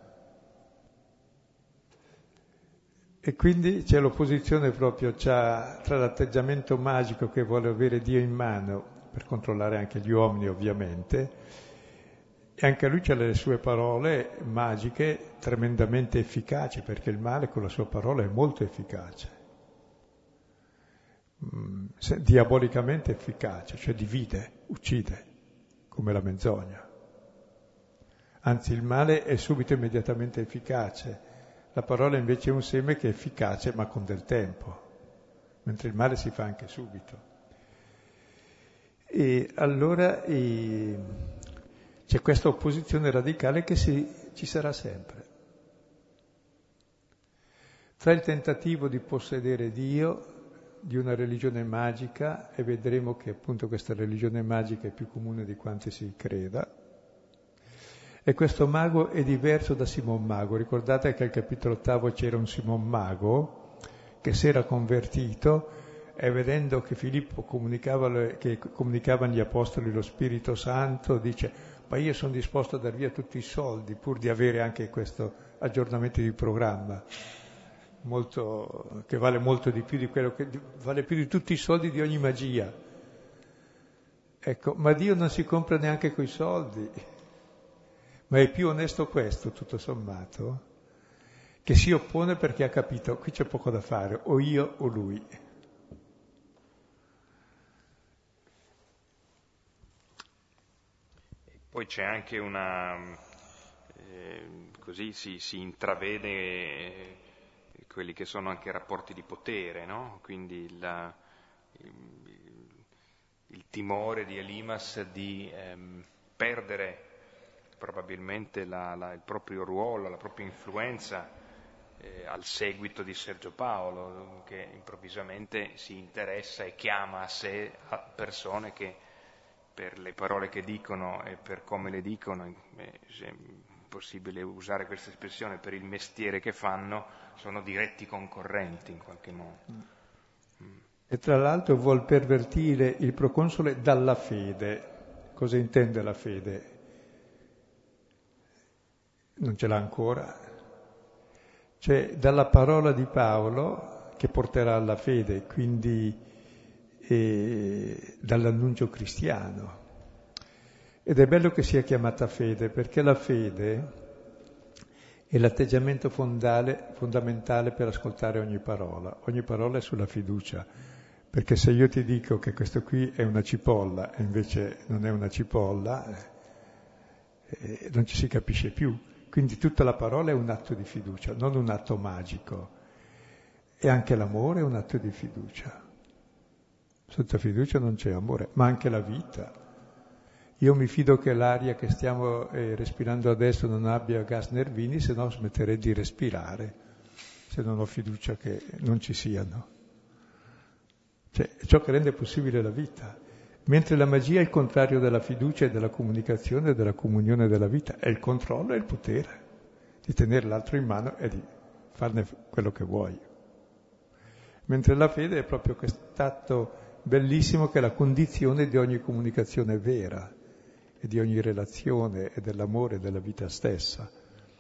E quindi c'è l'opposizione proprio tra l'atteggiamento magico che vuole avere Dio in mano, per controllare anche gli uomini ovviamente, e anche lui c'ha le sue parole magiche tremendamente efficaci, perché il male con la sua parola è molto efficace. diabolicamente efficace, cioè divide, uccide, come la menzogna. Anzi, il male è subito immediatamente efficace. La parola invece è un seme che è efficace ma con del tempo, mentre il male si fa anche subito. E allora c'è questa opposizione radicale che ci sarà sempre. Tra il tentativo di possedere Dio, di una religione magica, e vedremo che appunto questa religione magica è più comune di quanti si creda, e questo mago è diverso da Simon Mago. Ricordate che al capitolo 8 c'era un Simon Mago che si era convertito e vedendo che Filippo che comunicavano gli apostoli lo Spirito Santo, dice: ma io sono disposto a dar via tutti i soldi pur di avere anche questo aggiornamento di programma, che vale molto di più di quello che vale più di tutti i soldi di ogni magia. Ecco, ma Dio non si compra neanche coi soldi. Ma è più onesto questo, tutto sommato, che si oppone perché ha capito, qui c'è poco da fare, o io o lui. Poi c'è anche così si intravede quelli che sono anche rapporti di potere, no? Quindi il timore di Elimas di perdere probabilmente il proprio ruolo, la propria influenza al seguito di Sergio Paolo, che improvvisamente si interessa e chiama a sé persone che per le parole che dicono e per come le dicono, se è possibile usare questa espressione, per il mestiere che fanno, sono diretti concorrenti in qualche modo. E tra l'altro vuol pervertire il proconsole dalla fede. Cosa intende la fede? Non ce l'ha ancora. Cioè dalla parola di Paolo che porterà alla fede, quindi dall'annuncio cristiano. Ed è bello che sia chiamata fede, perché la fede è l'atteggiamento fondamentale per ascoltare ogni parola. Ogni parola è sulla fiducia, perché se io ti dico che questo qui è una cipolla e invece non è una cipolla, non ci si capisce più. Quindi tutta la parola è un atto di fiducia, non un atto magico. E anche l'amore è un atto di fiducia. Senza fiducia non c'è amore, ma anche la vita. Io mi fido che l'aria che stiamo respirando adesso non abbia gas nervini, se no smetterei di respirare, se non ho fiducia che non ci siano. Cioè, è ciò che rende possibile la vita. Mentre la magia è il contrario della fiducia e della comunicazione e della comunione della vita, è il controllo e il potere di tenere l'altro in mano e di farne quello che vuoi. Mentre la fede è proprio quest'atto bellissimo che è la condizione di ogni comunicazione vera e di ogni relazione e dell'amore e della vita stessa.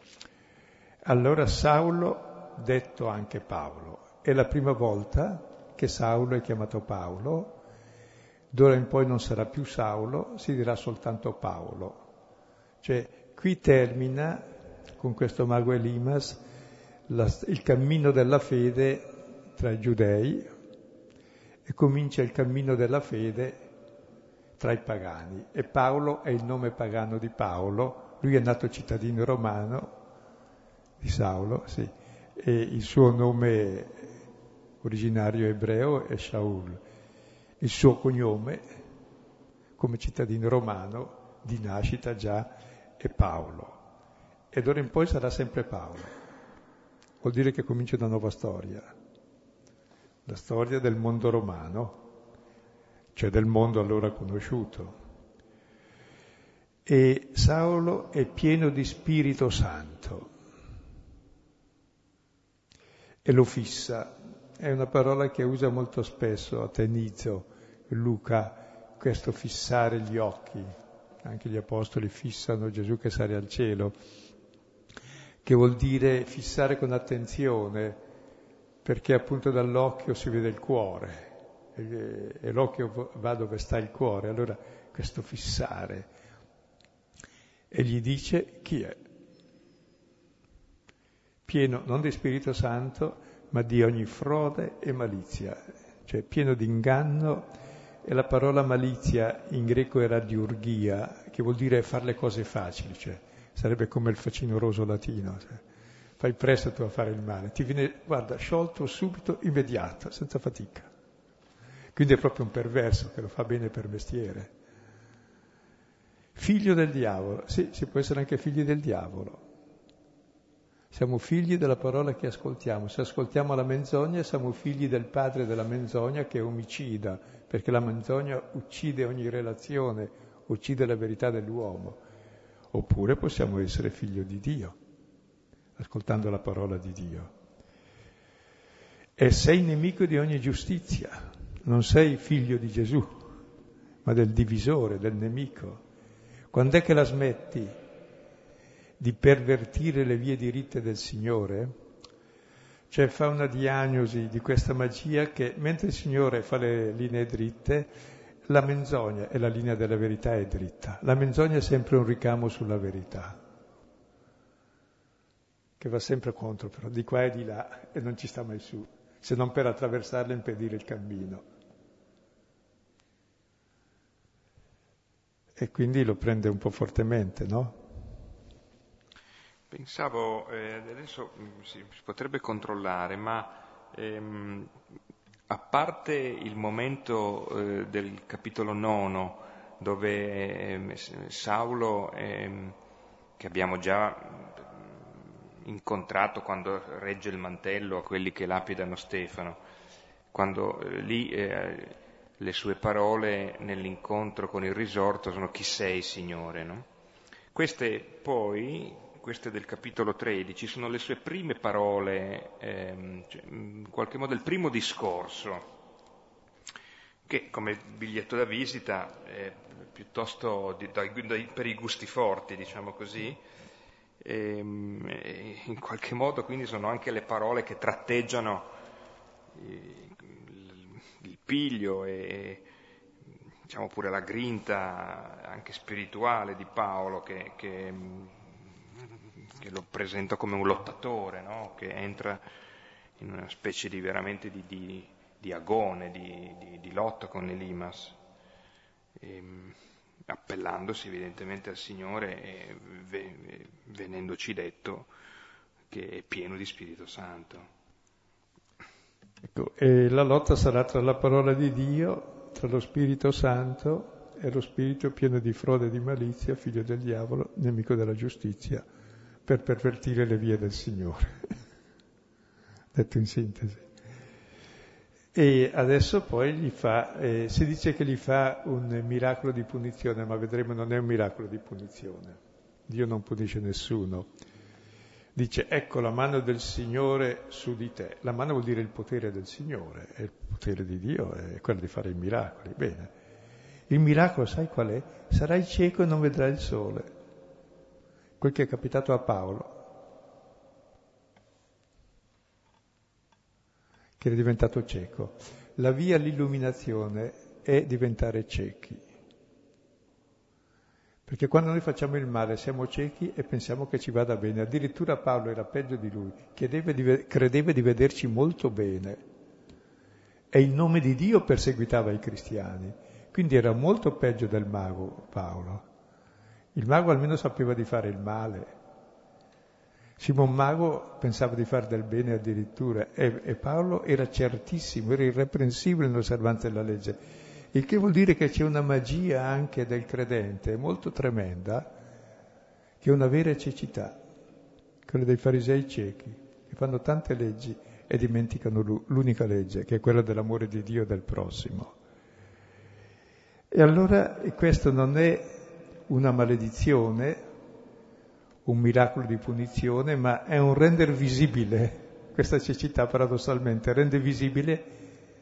Allora Saulo, detto anche Paolo, è la prima volta che Saulo è chiamato Paolo. D'ora in poi non sarà più Saulo, si dirà soltanto Paolo. Cioè, qui termina, con questo mago Elimas, il cammino della fede tra i giudei e comincia il cammino della fede tra i pagani. E Paolo è il nome pagano di Paolo, lui è nato cittadino romano, di Saulo, sì, e il suo nome originario ebreo è Shaul. Il suo cognome, come cittadino romano, di nascita già, è Paolo. E d'ora in poi sarà sempre Paolo. Vuol dire che comincia una nuova storia. La storia del mondo romano, cioè del mondo allora conosciuto. E Saulo è pieno di Spirito Santo. E lo fissa. È una parola che usa molto spesso Atenizio, Luca, questo fissare gli occhi. Anche gli apostoli fissano Gesù che sale al cielo, che vuol dire fissare con attenzione, perché appunto dall'occhio si vede il cuore, e l'occhio va dove sta il cuore, allora questo fissare. E gli dice chi è? Pieno non di Spirito Santo, ma di ogni frode e malizia. cioè pieno di inganno, e la parola malizia in greco era diurgia, che vuol dire fare le cose facili, cioè sarebbe come il facinoroso latino, cioè, fai presto tu a fare il male, ti viene, guarda, sciolto subito, immediato, senza fatica. Quindi è proprio un perverso che lo fa bene per mestiere. Figlio del diavolo, sì, si può essere anche figli del diavolo. Siamo figli della parola che ascoltiamo. Se ascoltiamo la menzogna siamo figli del padre della menzogna, che è omicida, perché la menzogna uccide ogni relazione, uccide la verità dell'uomo. Oppure possiamo essere figlio di Dio, ascoltando la parola di Dio. E sei nemico di ogni giustizia, non sei figlio di Gesù, ma del divisore, del nemico. Quando è che la smetti di pervertire le vie diritte del Signore? Cioè fa una diagnosi di questa magia che mentre il Signore fa le linee dritte, la menzogna e la linea della verità è dritta. La menzogna è sempre un ricamo sulla verità, che va sempre contro però, di qua e di là, e non ci sta mai su, se non per attraversarla e impedire il cammino. E quindi lo prende un po' fortemente, no? Pensavo, adesso si potrebbe controllare, ma a parte il momento del capitolo 9, dove Saulo, che abbiamo già incontrato quando regge il mantello a quelli che lapidano Stefano, quando lì le sue parole nell'incontro con il risorto sono "chi sei, Signore", no? Queste del capitolo 13 sono le sue prime parole, cioè, in qualche modo il primo discorso, che come biglietto da visita è piuttosto per i gusti forti, diciamo così, e in qualche modo quindi sono anche le parole che tratteggiano il piglio e diciamo pure la grinta anche spirituale di Paolo, che lo presenta come un lottatore, no? Che entra in una specie di veramente di agone, di lotta con Elimas, appellandosi evidentemente al Signore e venendoci detto che è pieno di Spirito Santo. Ecco, e la lotta sarà tra la parola di Dio, tra lo Spirito Santo e lo spirito pieno di frode e di malizia, figlio del diavolo, nemico della giustizia, per pervertire le vie del Signore. Detto in sintesi. E adesso poi si dice che gli fa un miracolo di punizione, ma vedremo non è un miracolo di punizione. Dio non punisce nessuno. Dice, ecco la mano del Signore su di te. La mano vuol dire il potere del Signore, e il potere di Dio è quello di fare i miracoli. Bene. Il miracolo, sai qual è? Sarai cieco e non vedrai il sole. Quel che è capitato a Paolo, che era diventato cieco. La via all'illuminazione è diventare ciechi. Perché quando noi facciamo il male siamo ciechi e pensiamo che ci vada bene. Addirittura Paolo era peggio di lui, credeva di vederci molto bene. E in nome di Dio perseguitava i cristiani. Quindi era molto peggio del mago Paolo. Il mago almeno sapeva di fare il male. Simon Mago pensava di fare del bene addirittura, e Paolo era certissimo, era irreprensibile nell'osservanza della legge. Il che vuol dire che c'è una magia anche del credente, molto tremenda, che è una vera cecità, quella dei farisei ciechi, che fanno tante leggi e dimenticano l'unica legge, che è quella dell'amore di Dio e del prossimo. E allora questo non è una maledizione, un miracolo di punizione, ma è un rendere visibile, questa cecità paradossalmente rende visibile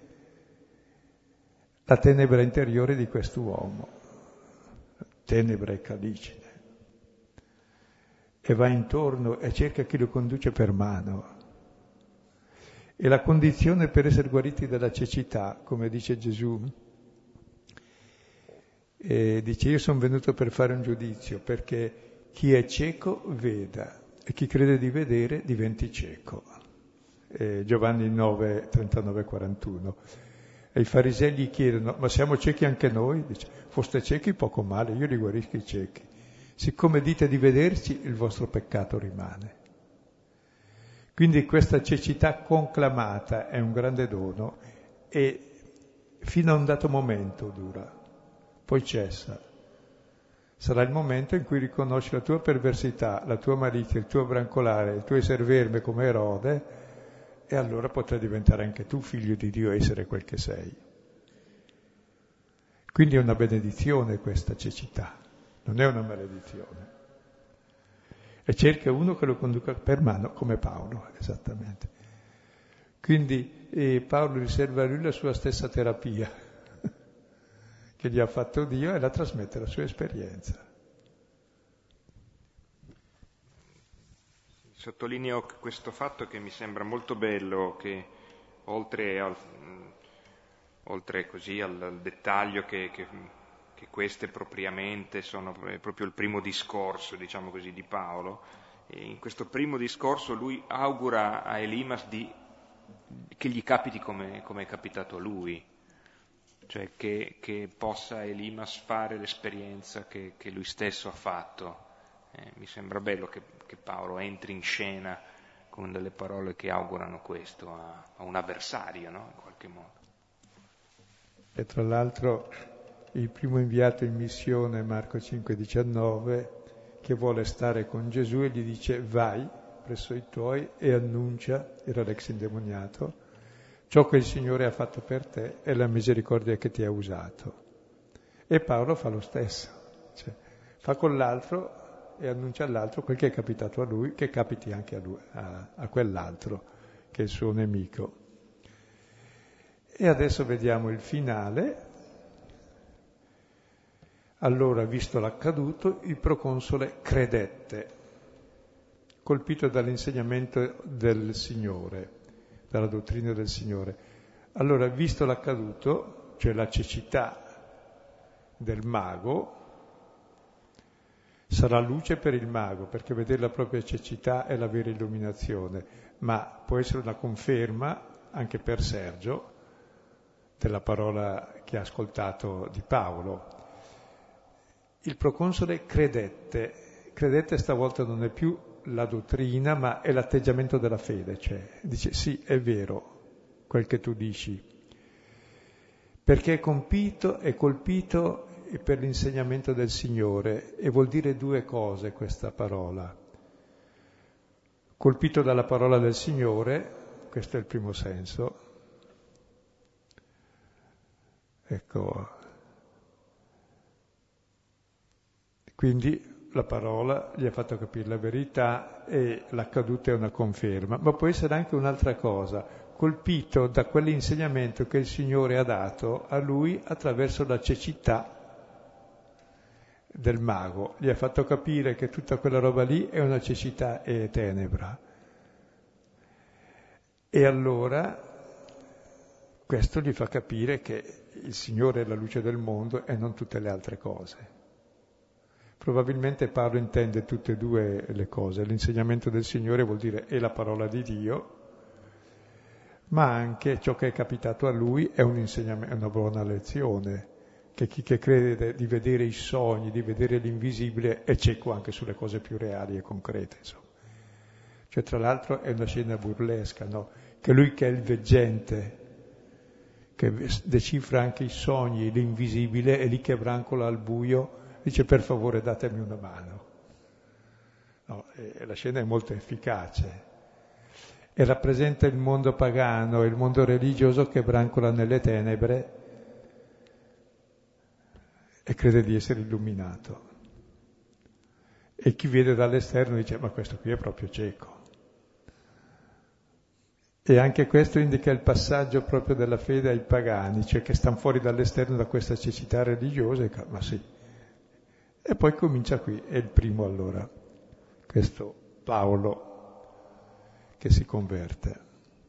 la tenebra interiore di quest'uomo, tenebra e calicine, e va intorno e cerca chi lo conduce per mano. E la condizione per essere guariti dalla cecità, come dice Gesù, dice io sono venuto per fare un giudizio, perché chi è cieco veda e chi crede di vedere diventi cieco. Giovanni 9, 39, 41. E i farisei gli chiedono, ma siamo ciechi anche noi? Dice, foste ciechi poco male, io li guarisco i ciechi. Siccome dite di vederci, il vostro peccato rimane. Quindi questa cecità conclamata è un grande dono e fino a un dato momento dura, poi cessa. Sarà il momento in cui riconosci la tua perversità, la tua malizia, il tuo brancolare, il tuo essere verme come Erode, e allora potrai diventare anche tu figlio di Dio e essere quel che sei. Quindi è una benedizione questa cecità, non è una maledizione. E cerca uno che lo conduca per mano, come Paolo, esattamente. Quindi Paolo riserva a lui la sua stessa terapia che gli ha fatto Dio e la trasmette la sua esperienza. Sottolineo questo fatto che mi sembra molto bello, che oltre così al dettaglio che queste propriamente sono proprio il primo discorso, diciamo così, di Paolo, e in questo primo discorso lui augura a Elimas che gli capiti come è capitato a lui, cioè che possa Elimas fare l'esperienza che lui stesso ha fatto. Mi sembra bello che Paolo entri in scena con delle parole che augurano questo a un avversario, no? In qualche modo. E tra l'altro il primo inviato in missione, Marco 5,19, che vuole stare con Gesù e gli dice vai presso i tuoi e annuncia, era l'ex indemoniato, ciò che il Signore ha fatto per te è la misericordia che ti ha usato. E Paolo fa lo stesso, cioè fa con l'altro e annuncia all'altro quel che è capitato a lui, che capiti anche a lui, a quell'altro, che è il suo nemico. E adesso vediamo il finale. Allora, visto l'accaduto, il proconsole credette, colpito dall'insegnamento del Signore, dalla dottrina del Signore. Allora, visto l'accaduto, cioè la cecità del mago, sarà luce per il mago, perché vedere la propria cecità è la vera illuminazione, ma può essere una conferma anche per Sergio della parola che ha ascoltato di Paolo. Il proconsole credette stavolta non è più la dottrina, ma è l'atteggiamento della fede, cioè dice sì, è vero quel che tu dici, perché è colpito per l'insegnamento del Signore, e vuol dire due cose questa parola. Colpito dalla parola del Signore, questo è il primo senso, ecco, quindi la parola gli ha fatto capire la verità e l'accaduto è una conferma, ma può essere anche un'altra cosa, colpito da quell'insegnamento che il Signore ha dato a lui attraverso la cecità del mago, gli ha fatto capire che tutta quella roba lì è una cecità e tenebra. E allora questo gli fa capire che il Signore è la luce del mondo e non tutte le altre cose. Probabilmente Paolo intende tutte e due le cose. L'insegnamento del Signore vuol dire è la parola di Dio, ma anche ciò che è capitato a lui è un insegnamento, è una buona lezione, che chi che crede di vedere i sogni, di vedere l'invisibile, è cieco anche sulle cose più reali e concrete, insomma. Cioè, tra l'altro è una scena burlesca, no? Che lui che è il veggente, che decifra anche i sogni, l'invisibile, è lì che brancola al buio, dice per favore datemi una mano. No, e la scena è molto efficace e rappresenta il mondo pagano, il mondo religioso che brancola nelle tenebre e crede di essere illuminato. E chi vede dall'esterno dice ma questo qui è proprio cieco. E anche questo indica il passaggio proprio della fede ai pagani, cioè che stanno fuori dall'esterno da questa cecità religiosa e ma sì. E poi comincia qui, è il primo allora, questo Paolo che si converte.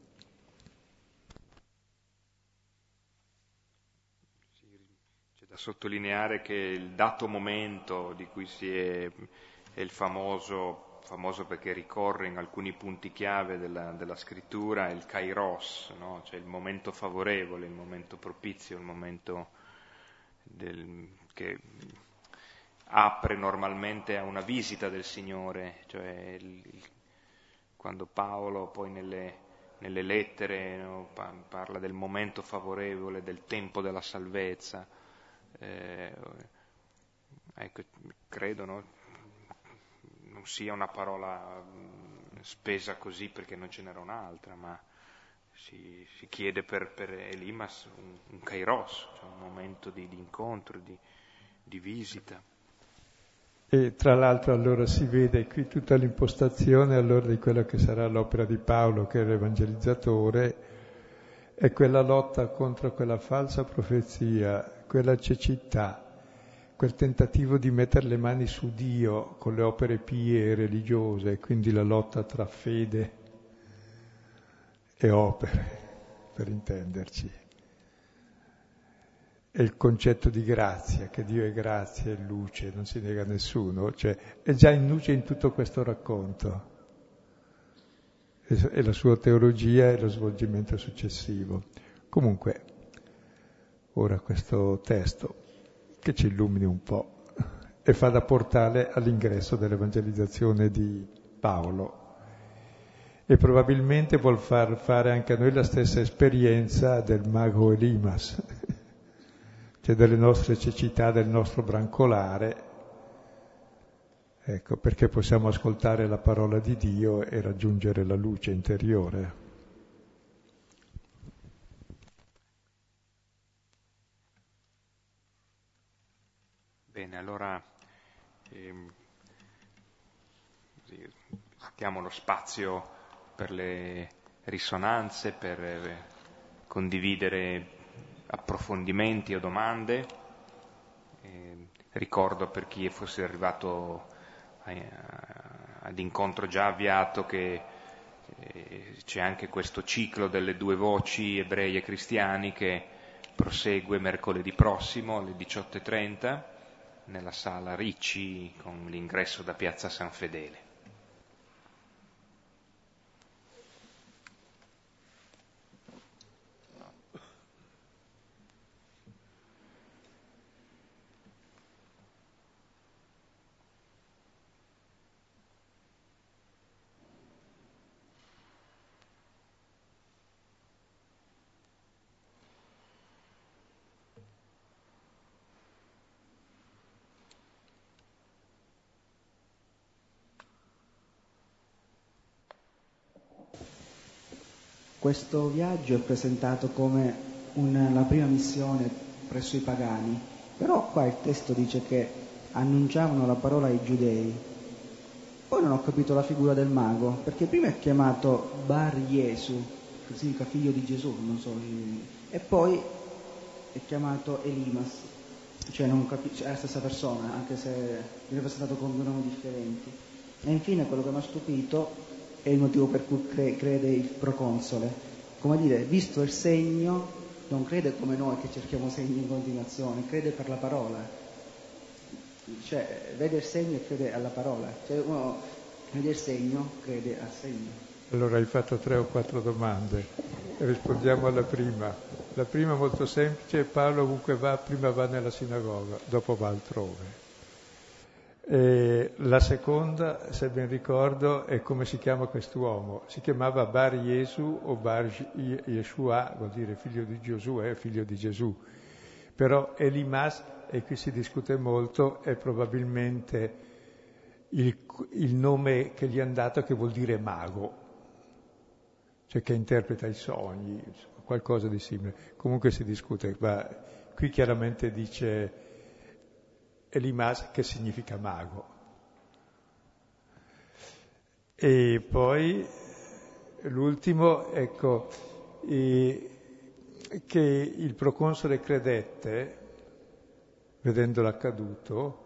C'è da sottolineare che il dato momento di cui è il famoso famoso perché ricorre in alcuni punti chiave della scrittura, è il kairos, no? Cioè il momento favorevole, il momento propizio, il momento che apre normalmente a una visita del Signore, cioè quando Paolo poi nelle lettere, no, parla del momento favorevole, del tempo della salvezza. Ecco, credo, no, non sia una parola spesa così perché non ce n'era un'altra, ma si chiede per Elimas un kairos, cioè un momento di incontro, di visita. E tra l'altro allora si vede qui tutta l'impostazione allora di quella che sarà l'opera di Paolo, che è l'evangelizzatore, è quella lotta contro quella falsa profezia, quella cecità, quel tentativo di mettere le mani su Dio con le opere pie e religiose, quindi la lotta tra fede e opere, per intenderci. E il concetto di grazia, che Dio è grazia e luce, non si nega a nessuno, cioè è già in luce in tutto questo racconto. E la sua teologia e lo svolgimento successivo. Comunque, ora questo testo che ci illumini un po' e fa da portale all'ingresso dell'evangelizzazione di Paolo. E probabilmente vuol far fare anche a noi la stessa esperienza del mago Elimas, cioè delle nostre cecità, del nostro brancolare, ecco, perché possiamo ascoltare la parola di Dio e raggiungere la luce interiore. Bene, allora diamo lo spazio per le risonanze, per condividere approfondimenti o domande. Ricordo per chi fosse arrivato ad incontro già avviato che c'è anche questo ciclo delle due voci ebrei e cristiani che prosegue mercoledì prossimo alle 18:30 nella sala Ricci con l'ingresso da Piazza San Fedele. Questo viaggio è presentato come la prima missione presso i pagani, però qua il testo dice che annunciavano la parola ai giudei. Poi non ho capito la figura del mago, perché prima è chiamato Bar Jesu, che significa figlio di Gesù, non so, e poi è chiamato Elimas, cioè non capisco, è la stessa persona, anche se viene presentato con due nomi differenti. E infine quello che mi ha stupito è il motivo per cui crede il proconsole. Come dire, visto il segno, non crede come noi che cerchiamo segni in continuazione, crede per la parola. Cioè, vede il segno e crede alla parola. Cioè, uno vede il segno, crede al segno. Allora hai fatto 3 o 4 domande. Rispondiamo alla prima. La prima molto semplice: Paolo ovunque va, prima va nella sinagoga, dopo va altrove. E la seconda, se ben ricordo, è come si chiama quest'uomo. Si chiamava Bar Jesu o Bar Yeshua, vuol dire figlio di Giosuè, figlio di Gesù. Però Elimas, e qui si discute molto, è probabilmente il nome che gli è dato, che vuol dire mago, cioè che interpreta i sogni, qualcosa di simile. Comunque si discute, ma qui chiaramente dice Elimas, che significa mago. E poi l'ultimo, ecco, che il proconsole credette, vedendo l'accaduto,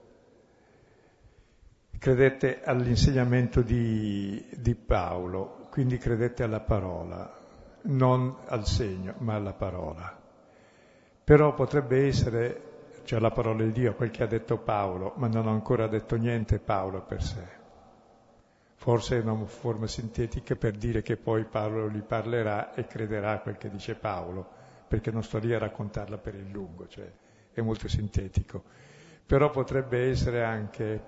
credette all'insegnamento di Paolo, quindi credette alla parola, non al segno, ma alla parola. Però potrebbe essere, cioè la parola di Dio, quel che ha detto Paolo, ma non ha ancora detto niente Paolo per sé. Forse è una forma sintetica per dire che poi Paolo gli parlerà e crederà a quel che dice Paolo, perché non sto lì a raccontarla per il lungo, cioè è molto sintetico. Però potrebbe essere anche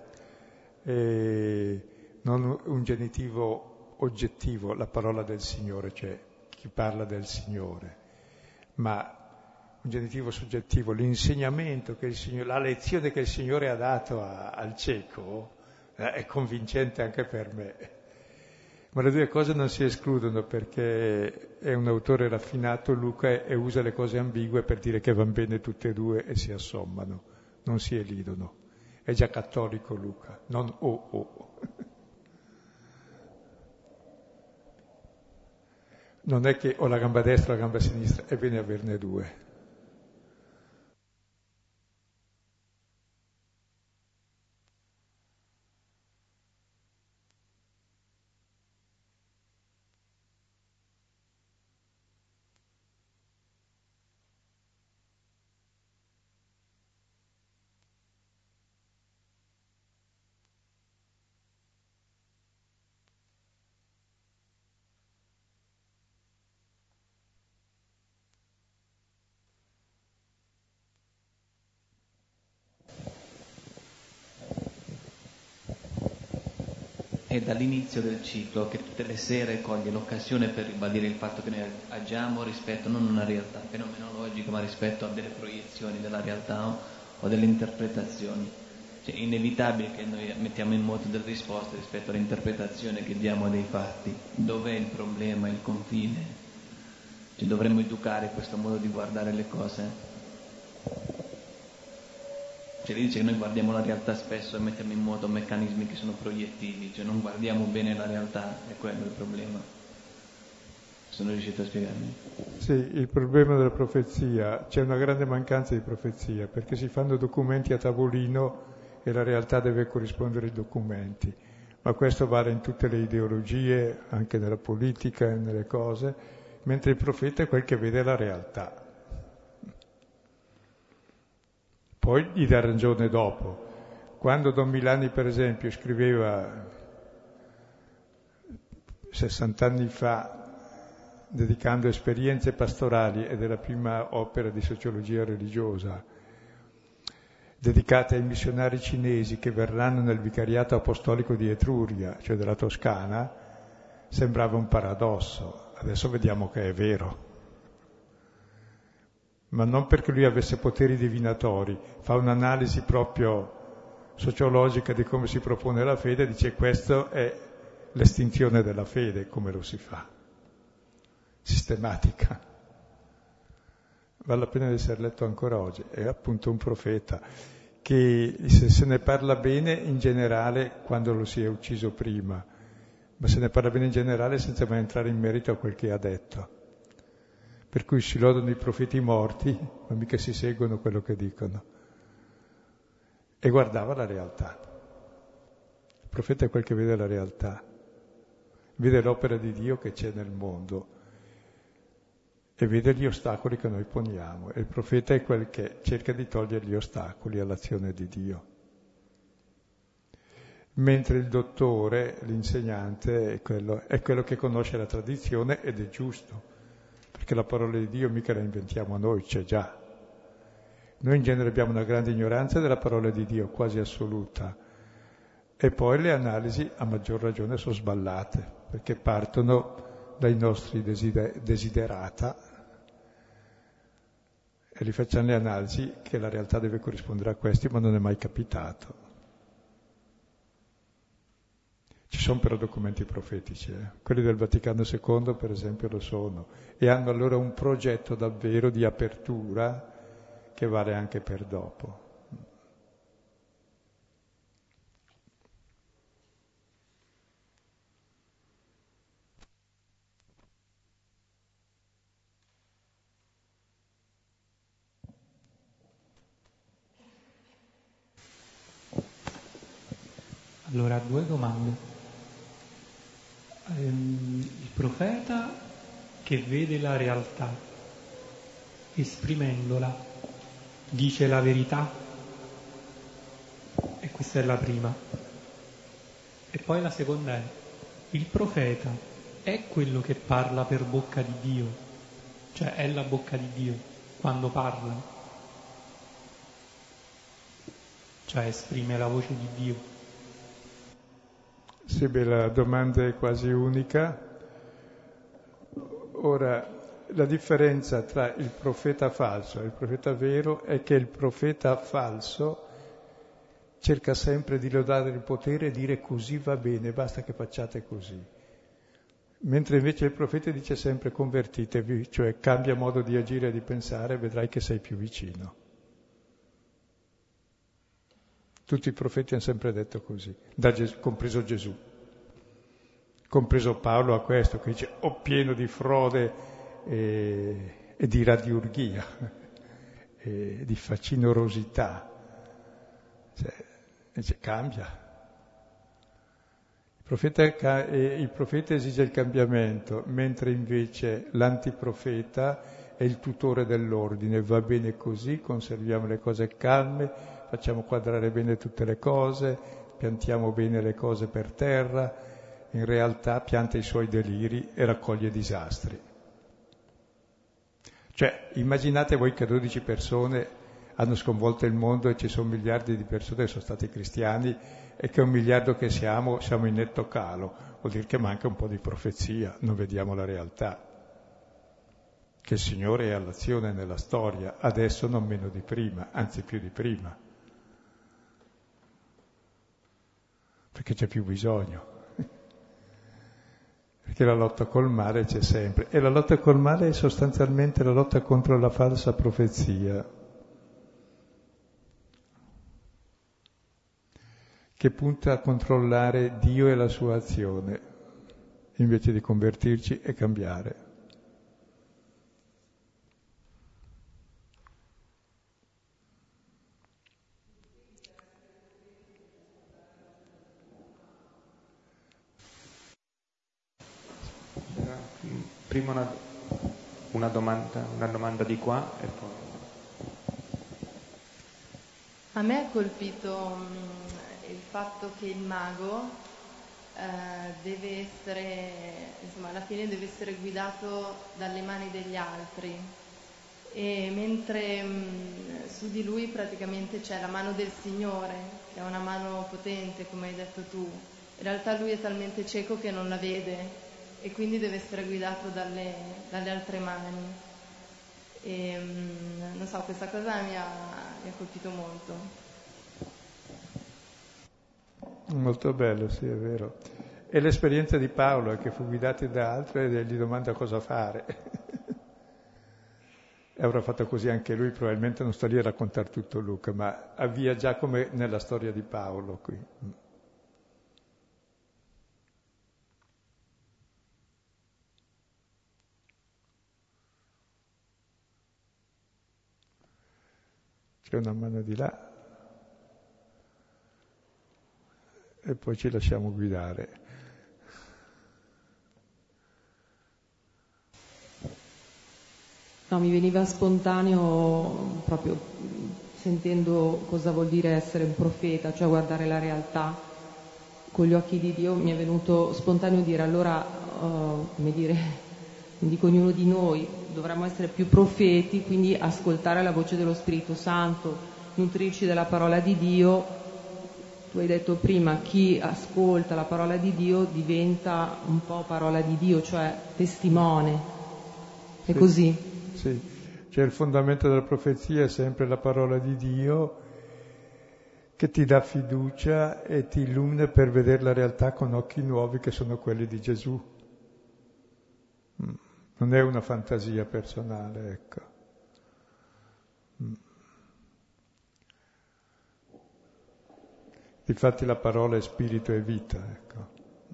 non un genitivo oggettivo, la parola del Signore, cioè chi parla del Signore, ma un genitivo soggettivo, l'insegnamento che il Signore, la lezione che il Signore ha dato al cieco è convincente anche per me. Ma le due cose non si escludono, perché è un autore raffinato, Luca, e usa le cose ambigue per dire che vanno bene tutte e due e si assommano, non si elidono. È già cattolico Luca, non Non è che ho la gamba destra o la gamba sinistra, è bene averne due. È dall'inizio del ciclo che tutte le sere coglie l'occasione per ribadire il fatto che noi agiamo rispetto non a una realtà fenomenologica, ma rispetto a delle proiezioni della realtà o delle interpretazioni. Cioè, è inevitabile che noi mettiamo in moto delle risposte rispetto all'interpretazione che diamo dei fatti. Dov'è il problema, il confine? Cioè, dovremmo educare questo modo di guardare le cose. Cioè, dice che noi guardiamo la realtà spesso e mettiamo in moto meccanismi che sono proiettivi, cioè non guardiamo bene la realtà, è quello il problema. Sono riuscito a spiegarmi? Sì, il problema della profezia, c'è una grande mancanza di profezia, perché si fanno documenti a tavolino e la realtà deve corrispondere ai documenti, ma questo vale in tutte le ideologie, anche nella politica e nelle cose, mentre il profeta è quel che vede la realtà. Poi gli dà ragione dopo. Quando Don Milani, per esempio, scriveva 60 anni fa, dedicando esperienze pastorali, ed è la prima opera di sociologia religiosa, dedicate ai missionari cinesi che verranno nel vicariato apostolico di Etruria, cioè della Toscana, sembrava un paradosso. Adesso vediamo che è vero. Ma non perché lui avesse poteri divinatori, fa un'analisi proprio sociologica di come si propone la fede, dice questo è l'estinzione della fede, come lo si fa, sistematica. Vale la pena di essere letto ancora oggi, è appunto un profeta che se ne parla bene in generale quando lo si è ucciso prima, ma se ne parla bene in generale senza mai entrare in merito a quel che ha detto. Per cui si lodano i profeti morti, ma mica si seguono quello che dicono. E guardava la realtà. Il profeta è quel che vede la realtà, vede l'opera di Dio che c'è nel mondo e vede gli ostacoli che noi poniamo. E il profeta è quel che cerca di togliere gli ostacoli all'azione di Dio. Mentre il dottore, l'insegnante, è quello che conosce la tradizione ed è giusto. Perché la parola di Dio mica la inventiamo noi, c'è già. Noi in genere abbiamo una grande ignoranza della parola di Dio, quasi assoluta, e poi le analisi a maggior ragione sono sballate, perché partono dai nostri desiderata e li facciamo le analisi che la realtà deve corrispondere a questi, ma non è mai capitato. Ci sono però documenti profetici, quelli del Vaticano II per esempio lo sono, e hanno allora un progetto davvero di apertura che vale anche per dopo. Allora, due domande. Il profeta che vede la realtà, esprimendola, dice la verità? E questa è la prima. E poi la seconda è, il profeta è quello che parla per bocca di Dio, cioè è la bocca di Dio quando parla, cioè esprime la voce di Dio. Sì, beh, la domanda è quasi unica. Ora, la differenza tra il profeta falso e il profeta vero è che il profeta falso cerca sempre di lodare il potere e dire così va bene, basta che facciate così. Mentre invece il profeta dice sempre convertitevi, cioè cambia modo di agire e di pensare, vedrai che sei più vicino. Tutti i profeti hanno sempre detto così, compreso Gesù, compreso Paolo a questo, che dice ho pieno di frode e di radiurgia, e di facinorosità. Cioè, dice cambia. Il profeta esige il cambiamento, mentre invece l'antiprofeta è il tutore dell'ordine. Va bene così, conserviamo le cose calme, facciamo quadrare bene tutte le cose, piantiamo bene le cose per terra. In realtà pianta i suoi deliri e raccoglie disastri. Cioè, immaginate voi che 12 persone hanno sconvolto il mondo e ci sono miliardi di persone che sono stati cristiani e che 1 miliardo che siamo in netto calo. Vuol dire che manca un po' di profezia, non vediamo la realtà. Che il Signore è all'azione nella storia, adesso non meno di prima, anzi più di prima. Perché c'è più bisogno. Perché la lotta col male c'è sempre. E la lotta col male è sostanzialmente la lotta contro la falsa profezia, che punta a controllare Dio e la sua azione, invece di convertirci e cambiare. Prima una domanda di qua e poi... A me ha colpito il fatto che il mago deve essere, insomma, alla fine deve essere guidato dalle mani degli altri, e mentre su di lui praticamente c'è la mano del Signore, che è una mano potente, come hai detto tu. In realtà lui è talmente cieco che non la vede e quindi deve essere guidato dalle altre mani. E non so, questa cosa mi ha colpito molto. Molto bello, sì, è vero. E l'esperienza di Paolo è che fu guidato da altri e gli domanda cosa fare. E avrà fatto così anche lui, probabilmente non sto lì a raccontare tutto Luca, ma avvia già come nella storia di Paolo qui. C'è una mano di là e poi ci lasciamo guidare. No, mi veniva spontaneo proprio sentendo cosa vuol dire essere un profeta, cioè guardare la realtà con gli occhi di Dio. Mi è venuto spontaneo dire allora, come dire, dico ognuno di noi dovremmo essere più profeti, quindi ascoltare la voce dello Spirito Santo, nutrirci della parola di Dio. Tu hai detto prima, chi ascolta la parola di Dio diventa un po' parola di Dio, cioè testimone. È così? Sì, cioè il fondamento della profezia è sempre la parola di Dio che ti dà fiducia e ti illumina per vedere la realtà con occhi nuovi che sono quelli di Gesù. Non è una fantasia personale, ecco. Difatti la parola è spirito e vita, ecco.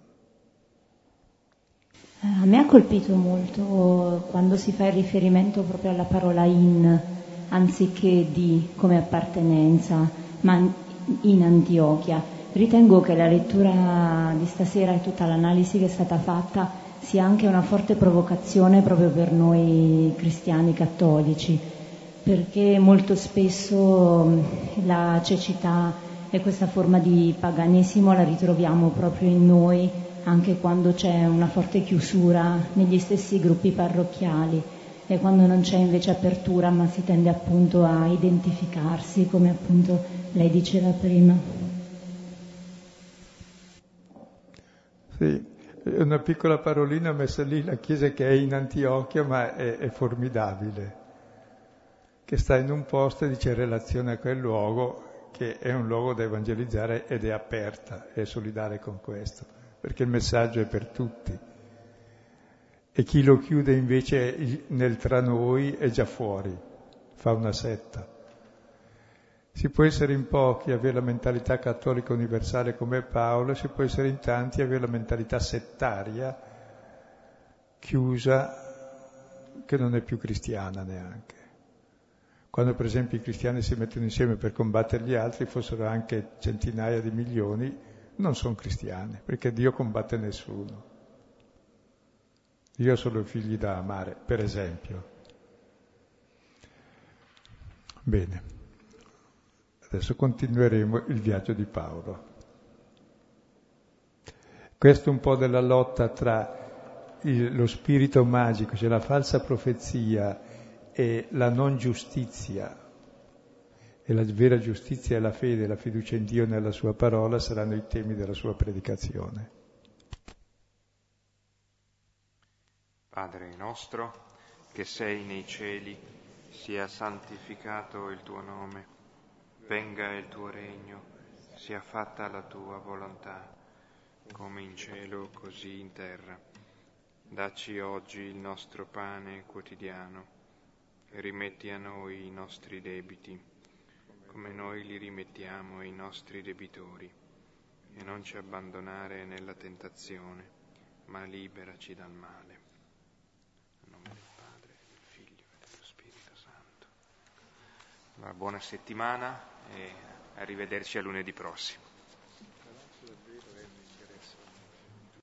A me ha colpito molto quando si fa il riferimento proprio alla parola in, anziché di come appartenenza, ma in Antiochia. Ritengo che la lettura di stasera e tutta l'analisi che è stata fatta sia anche una forte provocazione proprio per noi cristiani cattolici, perché molto spesso la cecità e questa forma di paganesimo la ritroviamo proprio in noi anche quando c'è una forte chiusura negli stessi gruppi parrocchiali e quando non c'è invece apertura, ma si tende appunto a identificarsi, come appunto lei diceva prima. Sì, una piccola parolina messa lì, la chiesa che è in Antiochia, ma è formidabile, che sta in un posto e dice relazione a quel luogo, che è un luogo da evangelizzare ed è aperta, è solidale con questo, perché il messaggio è per tutti. E chi lo chiude invece nel tra noi è già fuori, fa una setta. Si può essere in pochi e avere la mentalità cattolica universale come Paolo, si può essere in tanti e avere la mentalità settaria, chiusa, che non è più cristiana neanche. Quando per esempio i cristiani si mettono insieme per combattere gli altri, fossero anche centinaia di milioni, non sono cristiani, perché Dio combatte nessuno. Dio ha solo figli da amare, per esempio. Bene, adesso continueremo il viaggio di Paolo. Questo è un po' della lotta tra lo spirito magico, cioè la falsa profezia, e la non giustizia. E la vera giustizia e la fede, la fiducia in Dio nella sua parola saranno i temi della sua predicazione. Padre nostro, che sei nei cieli, sia santificato il tuo nome, venga il tuo regno, sia fatta la tua volontà, come in cielo così in terra. Dacci oggi il nostro pane quotidiano e rimetti a noi i nostri debiti, come noi li rimettiamo ai nostri debitori, e non ci abbandonare nella tentazione, ma liberaci dal male. Una buona settimana e arrivederci a lunedì prossimo.